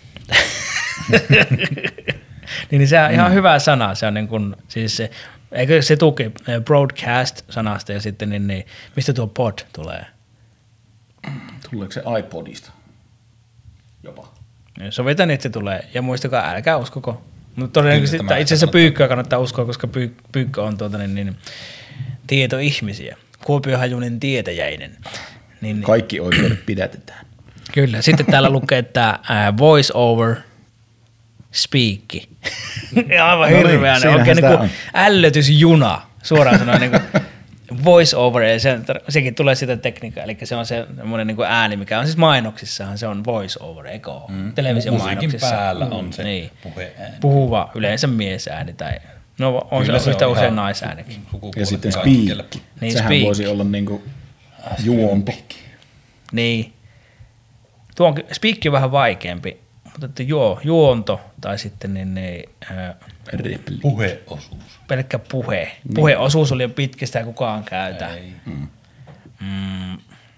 niin, niin se on ihan mm. hyvä sana. Se on niin kuin, siis se, eikö se tuki broadcast-sanasta ja sitten niin, niin mistä tuo pod tulee? Tuleeko se iPodista? Jopa. Sovitaan, että se tulee. Ja muistakaa, älkää uskoko. Mutta todennäköisesti Kyllä, tämä itse asiassa kannattaa. Pyykköä kannattaa uskoa, koska pyy, Pyykkö on tuota, niin, niin, tietoihmisiä. Kuopiohajunen tietäjäinen. Niin, niin, Kaikki oikeudet pidätetään. kyllä. Sitten täällä lukee, että uh, voice over speak. Aivan No niin, hirveän. siinähän Oikein sitä niin kuin on. ällötysjuna. Suoraan sanoen niin kuin voice over. Ja se, sekin tulee sitä tekniikkaa. Eli se on se niin kuin ääni, mikä on siis mainoksissahan. Se on voice over, eikö ole? Mm. Televisiomainoksissa. Musiikin päällä on se niin. puheääni. Puhuva, yleensä miesääni tai no on Kyllä se, se yhtä on usein ihan naisäänikin. sukupuolet Ja sitten kaikille. speak. Niin, Sehän speak. voisi olla niinku juonto. Niin. Tuo on, speak on vähän vaikeampi, mutta että joo, juonto tai sitten niin, niin, äh, Repli. Puheosuus. pelkkä puhe. Puheosuus oli jo pitkä, sitä ei kukaan käytä. Ei. Mm.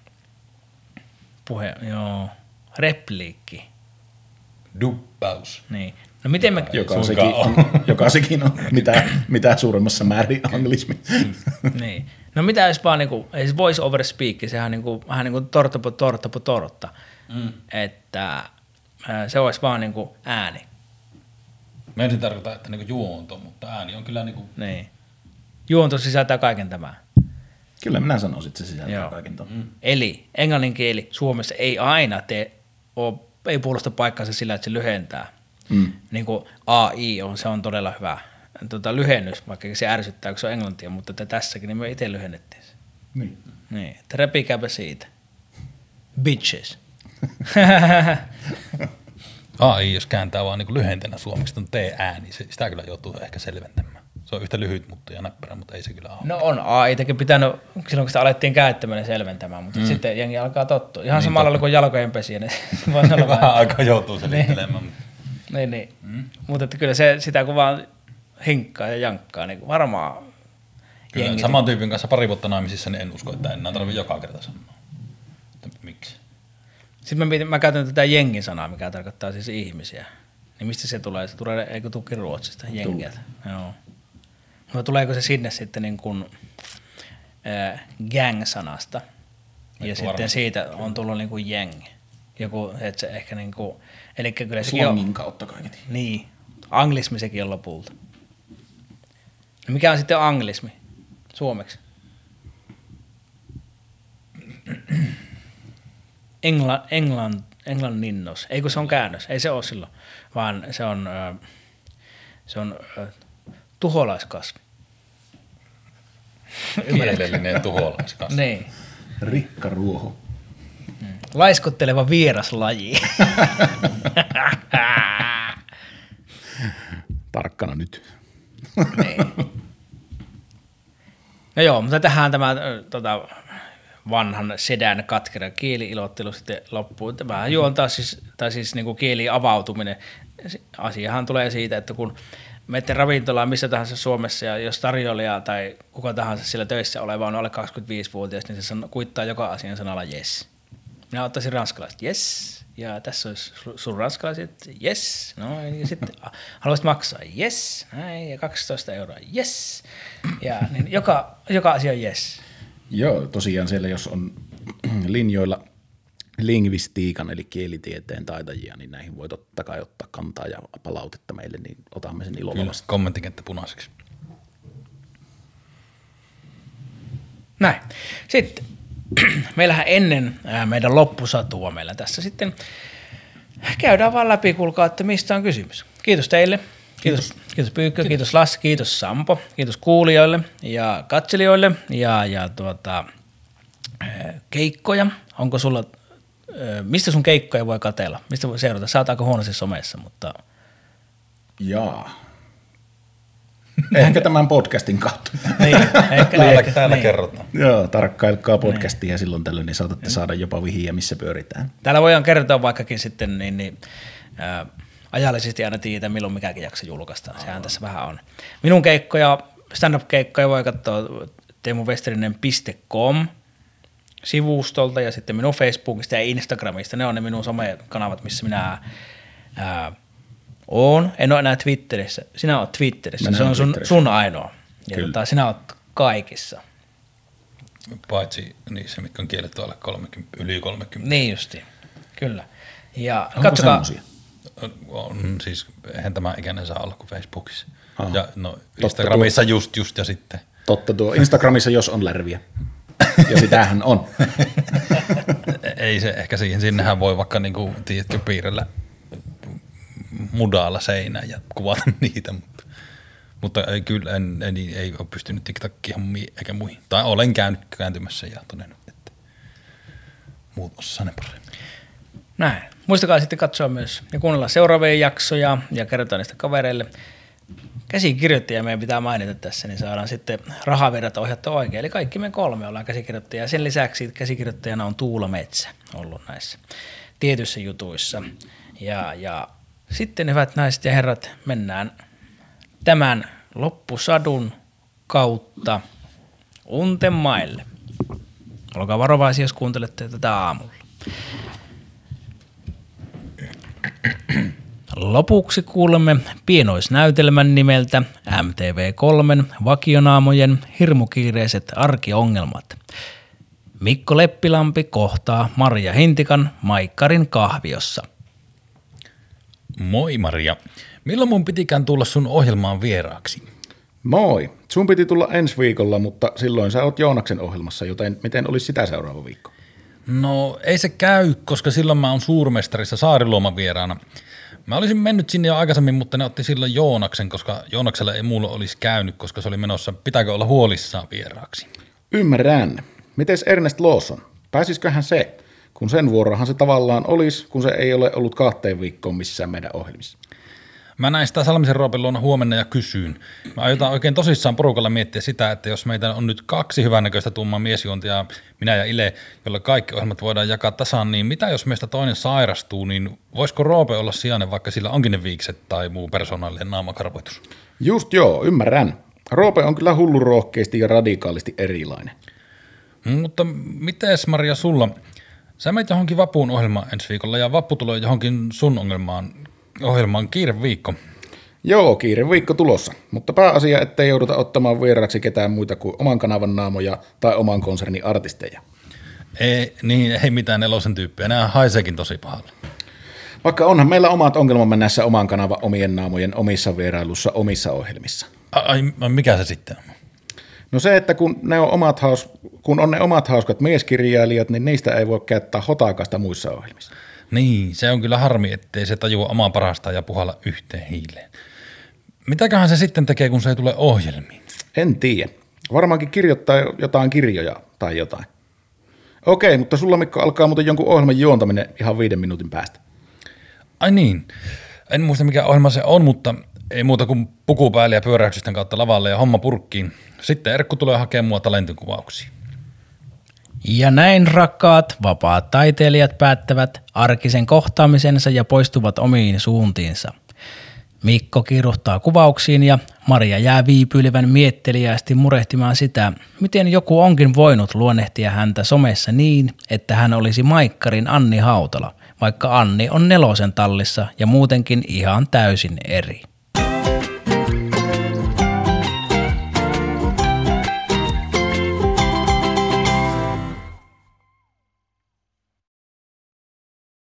Puhe, joo. Repliikki. Duppaus. Niin. No miten me... Joka Suinkaan sekin, on, joka sekin on mitä, mitä suuremmassa määrin anglismi. niin. No mitä jos vaan niinku, ei se voice over speak, sehän on niinku, vähän niinku torta po torta po torta. Mm. Että ää, se olisi vaan niinku ääni. Mä ensin tarkoitan, että niinku juonto, mutta ääni on kyllä niinku... Niin. Juonto sisältää kaiken tämän. Kyllä minä sanoisin, että se sisältää Joo. kaiken ton. Mm. Eli englannin kieli Suomessa ei aina tee, oo, ei puolusta paikkansa sillä, että se lyhentää. Mm. Niin kuin A I on, se on todella hyvä tota, lyhennys, vaikka se ärsyttää, kun se on englantia, mutta että tässäkin niin me itse lyhennettiin se. Niin. Niin, että repikääpä siitä. Bitches. A I, jos kääntää vaan niinku lyhentenä suomeksi ton T-ääni, se- sitä kyllä joutuu ehkä selventämään. Se on yhtä lyhyt mutta ja näppärä, mutta ei se kyllä ole. No on A I:täkin pitänyt, silloin kun sitä alettiin käyttämään selventämään, mutta mm. sitten jengi alkaa tottua. Ihan niin samalla lailla kuin jalkojen pesiä, niin voi olla Vähän vähän. aikaa joutuu selittelemään. Niin, niin. Mm. Mutta että kyllä se, sitä kun vaan hinkkaa ja jankkaa, niin varmaan Kyllä, jengi... saman tyypin kanssa pari vuotta naimisissa, niin en usko, että enää tarvitse joka kerta sanoa. Että miksi? Sitten mä, mietin, mä käytän tätä jengin sanaa, mikä tarkoittaa siis ihmisiä. Niin mistä se tulee? Se tulee, eikö tuki Ruotsista, jengiä? Joo. No tuleeko se sinne sitten niin kuin äh, gang-sanasta? Ja Eikö sitten varmasti. siitä on tullut niin kuin jeng. Joku, että se ehkä niin kuin, eli kyllä sekin Slangin on, kautta kaiketi. niin, anglismi sekin on lopulta. No mikä on sitten anglismi suomeksi? Engla, England, englanninnos. Ei kun se on käännös. Ei se ole silloin, vaan se on, äh, se on äh, tuholaiskasvi. Kielellinen tuholaiskasvi. Niin. Rikkaruoho. Laiskotteleva vieraslaji. Tarkkana nyt. Niin. No joo, mutta tähän tämä äh, tota, vanhan sedän katkera kieli-ilottelu sitten loppuu. Tämä juontaa siis, tai siis niin kuin kieli avautuminen. Asiahan tulee siitä, että kun menette ravintolaan missä tahansa Suomessa ja jos tarjoilija tai kuka tahansa siellä töissä oleva on alle kaksikymmentäviisivuotias, niin se sano, kuittaa joka asian sanalla yes. Minä ottaisin ranskalaiset yes. Ja tässä olisi sun ranskalaiset, yes, no ja sitten haluaisit maksaa, yes, näin, ja kaksitoista euroa, yes, ja niin joka, joka asia on yes. Joo, tosiaan siellä jos on linjoilla lingvistiikan eli kielitieteen taitajia, niin näihin voi totta kai ottaa kantaa ja palautetta meille, niin otamme sen ilolla Kyllä, vastaan. kommenttikenttä punaiseksi. Näin. Sitten meillähän ennen meidän loppusatua meillä tässä sitten käydään vaan läpi, kuulkaa, että mistä on kysymys. Kiitos teille. Kiitos, kiitos, kiitos Pyykkö, kiitos. kiitos Lassi, kiitos Sampo, kiitos kuulijoille ja katselijoille ja, ja tuota, keikkoja. Onko sulla, mistä sun keikkoja voi katsella? Mistä voi seurata? Sä oot aika huonosti somessa, mutta... Jaa. Ehkä tämän podcastin kautta. Niin, ehkä, Täällä, ehkä, täällä niin. kerrotaan. Joo, tarkkailkaa podcastia ja silloin tällöin niin saatatte saada jopa vihiä, missä pyöritään. Täällä voidaan kertoa vaikkakin sitten niin, niin, ää, ajallisesti aina tiedä, milloin mikäkin jakso julkaistaan. Sehän tässä vähän on. Minun keikkoja, stand-up-keikkoja voi katsoa teemuvesterinen piste com sivustolta ja sitten minun Facebookista ja Instagramista. Ne on ne minun somekanavat, missä minä ää, oon. En ole enää Twitterissä. Sinä olet Twitterissä. Minä Se on olen sun, Twitterissä. sun ainoa. Ja Kyllä. tota, sinä olet kaikissa. Paitsi niissä, mitkä on kielletty alle kolmekymmentä, yli kolmekymmentä. Niin justi. Kyllä. Ja Onko katsokaa. semmosia? On, siis eihän tämä ikäinen saa olla kuin Facebookissa. Aha. Ja no Instagramissa just, just ja sitten. Totta tuo Instagramissa, jos on lärviä. Ja sitähän on. Ei se ehkä siihen, sinnehän voi vaikka niinku, tiedätkö, piirrellä mudaalla seinään ja kuvata niitä, mutta, mutta ei, kyllä en, en, ei ole pystynyt TikTokiin eikä muihin. Tai olen käynyt kääntymässä ja todennut, että muut osaa ne paremmin. Näin. Muistakaa sitten katsoa myös ja kuunnella seuraavia jaksoja ja kertoa niistä kavereille. Käsikirjoittajia meidän pitää mainita tässä, niin saadaan sitten rahavirrat ohjattua oikein. Eli kaikki me kolme ollaan käsikirjoittajia. Sen lisäksi käsikirjoittajana on Tuula Metsä ollut näissä tietyissä jutuissa. Ja, ja sitten hyvät naiset ja herrat, mennään tämän loppusadun kautta Untemaille. Olkaa varovaisia, jos kuuntelette tätä aamulla. Lopuksi kuulemme pienoisnäytelmän nimeltä M T V kolme vakionaamojen hirmukiireiset arkiongelmat. Mikko Leppilampi kohtaa Marja Hintikan Maikkarin kahviossa. Moi Maria. Milloin mun pitikään tulla sun ohjelmaan vieraaksi? Moi. Sun piti tulla ensi viikolla, mutta silloin sä oot Joonaksen ohjelmassa, joten miten olisi sitä seuraava viikko? No ei se käy, koska silloin mä oon Suurmestarissa Saariluoman vieraana. Mä olisin mennyt sinne jo aikaisemmin, mutta ne otti silloin Joonaksen, koska Joonaksella ei mulla olisi käynyt, koska se oli menossa, pitääkö olla huolissaan vieraaksi. Ymmärrän. Mites Ernest Lawson? Pääsisköhän se? Kun sen vuorohan se tavallaan olisi, kun se ei ole ollut kahteen viikkoon missään meidän ohjelmissa. Mä näin sitä Salmisen Roopen luona huomenna ja kysyin. Mä aiotaan oikein tosissaan porukalla miettiä sitä, että jos meitä on nyt kaksi hyvännäköistä tummaa miesjuontia, minä ja Ile, jolla kaikki ohjelmat voidaan jakaa tasaan, niin mitä jos meistä toinen sairastuu, niin voisiko Roope olla sijainen, vaikka sillä onkin ne viikset tai muu persoonallinen naamakarvoitus? Just joo, ymmärrän. Roope on kyllä hullurohkeasti ja radikaalisti erilainen. Mutta mites Maria sulla? Sä menet johonkin vapuun ohjelmaan ensi viikolla ja vappu tulee johonkin sun ongelmaan, ohjelmaan kiireviikko. Joo, kiire viikko tulossa, mutta pääasia, ettei jouduta ottamaan vieraaksi ketään muita kuin oman kanavan naamoja tai oman konsernin artisteja. Ei, niin, ei mitään nelosen tyyppiä, nämä haiseekin tosi pahalle. Vaikka onhan meillä omat ongelmamme näissä oman kanavan omien naamojen omissa vierailussa omissa ohjelmissa. Ai, mikä se sitten on? No se, että kun, ne on, omat haus, kun on ne omat hauskat mieskirjailijat, niin niistä ei voi käyttää hotakasta muissa ohjelmissa. Niin, se on kyllä harmi, ettei se tajua omaa parastaan ja puhalla yhteen hiileen. Mitäköhän se sitten tekee, kun se ei tule ohjelmiin? En tiedä. Varmaankin kirjoittaa jotain kirjoja tai jotain. Okei, mutta sulla Mikko alkaa muuten jonkun ohjelman juontaminen ihan viiden minuutin päästä. Ai niin, en muista mikä ohjelma se on, mutta ei muuta kuin puku päälle ja pyöräyksisten kautta lavalle ja homma purkkiin. Sitten Erkku tulee hakemaan mua talentin kuvauksiin. Ja näin rakkaat vapaat taiteilijat päättävät arkisen kohtaamisensa ja poistuvat omiin suuntiinsa. Mikko kiiruhtaa kuvauksiin ja Maria jää viipyilevän mietteliästi murehtimaan sitä, miten joku onkin voinut luonnehtia häntä somessa niin, että hän olisi Maikkarin Anni Hautala, vaikka Anni on nelosen tallissa ja muutenkin ihan täysin eri.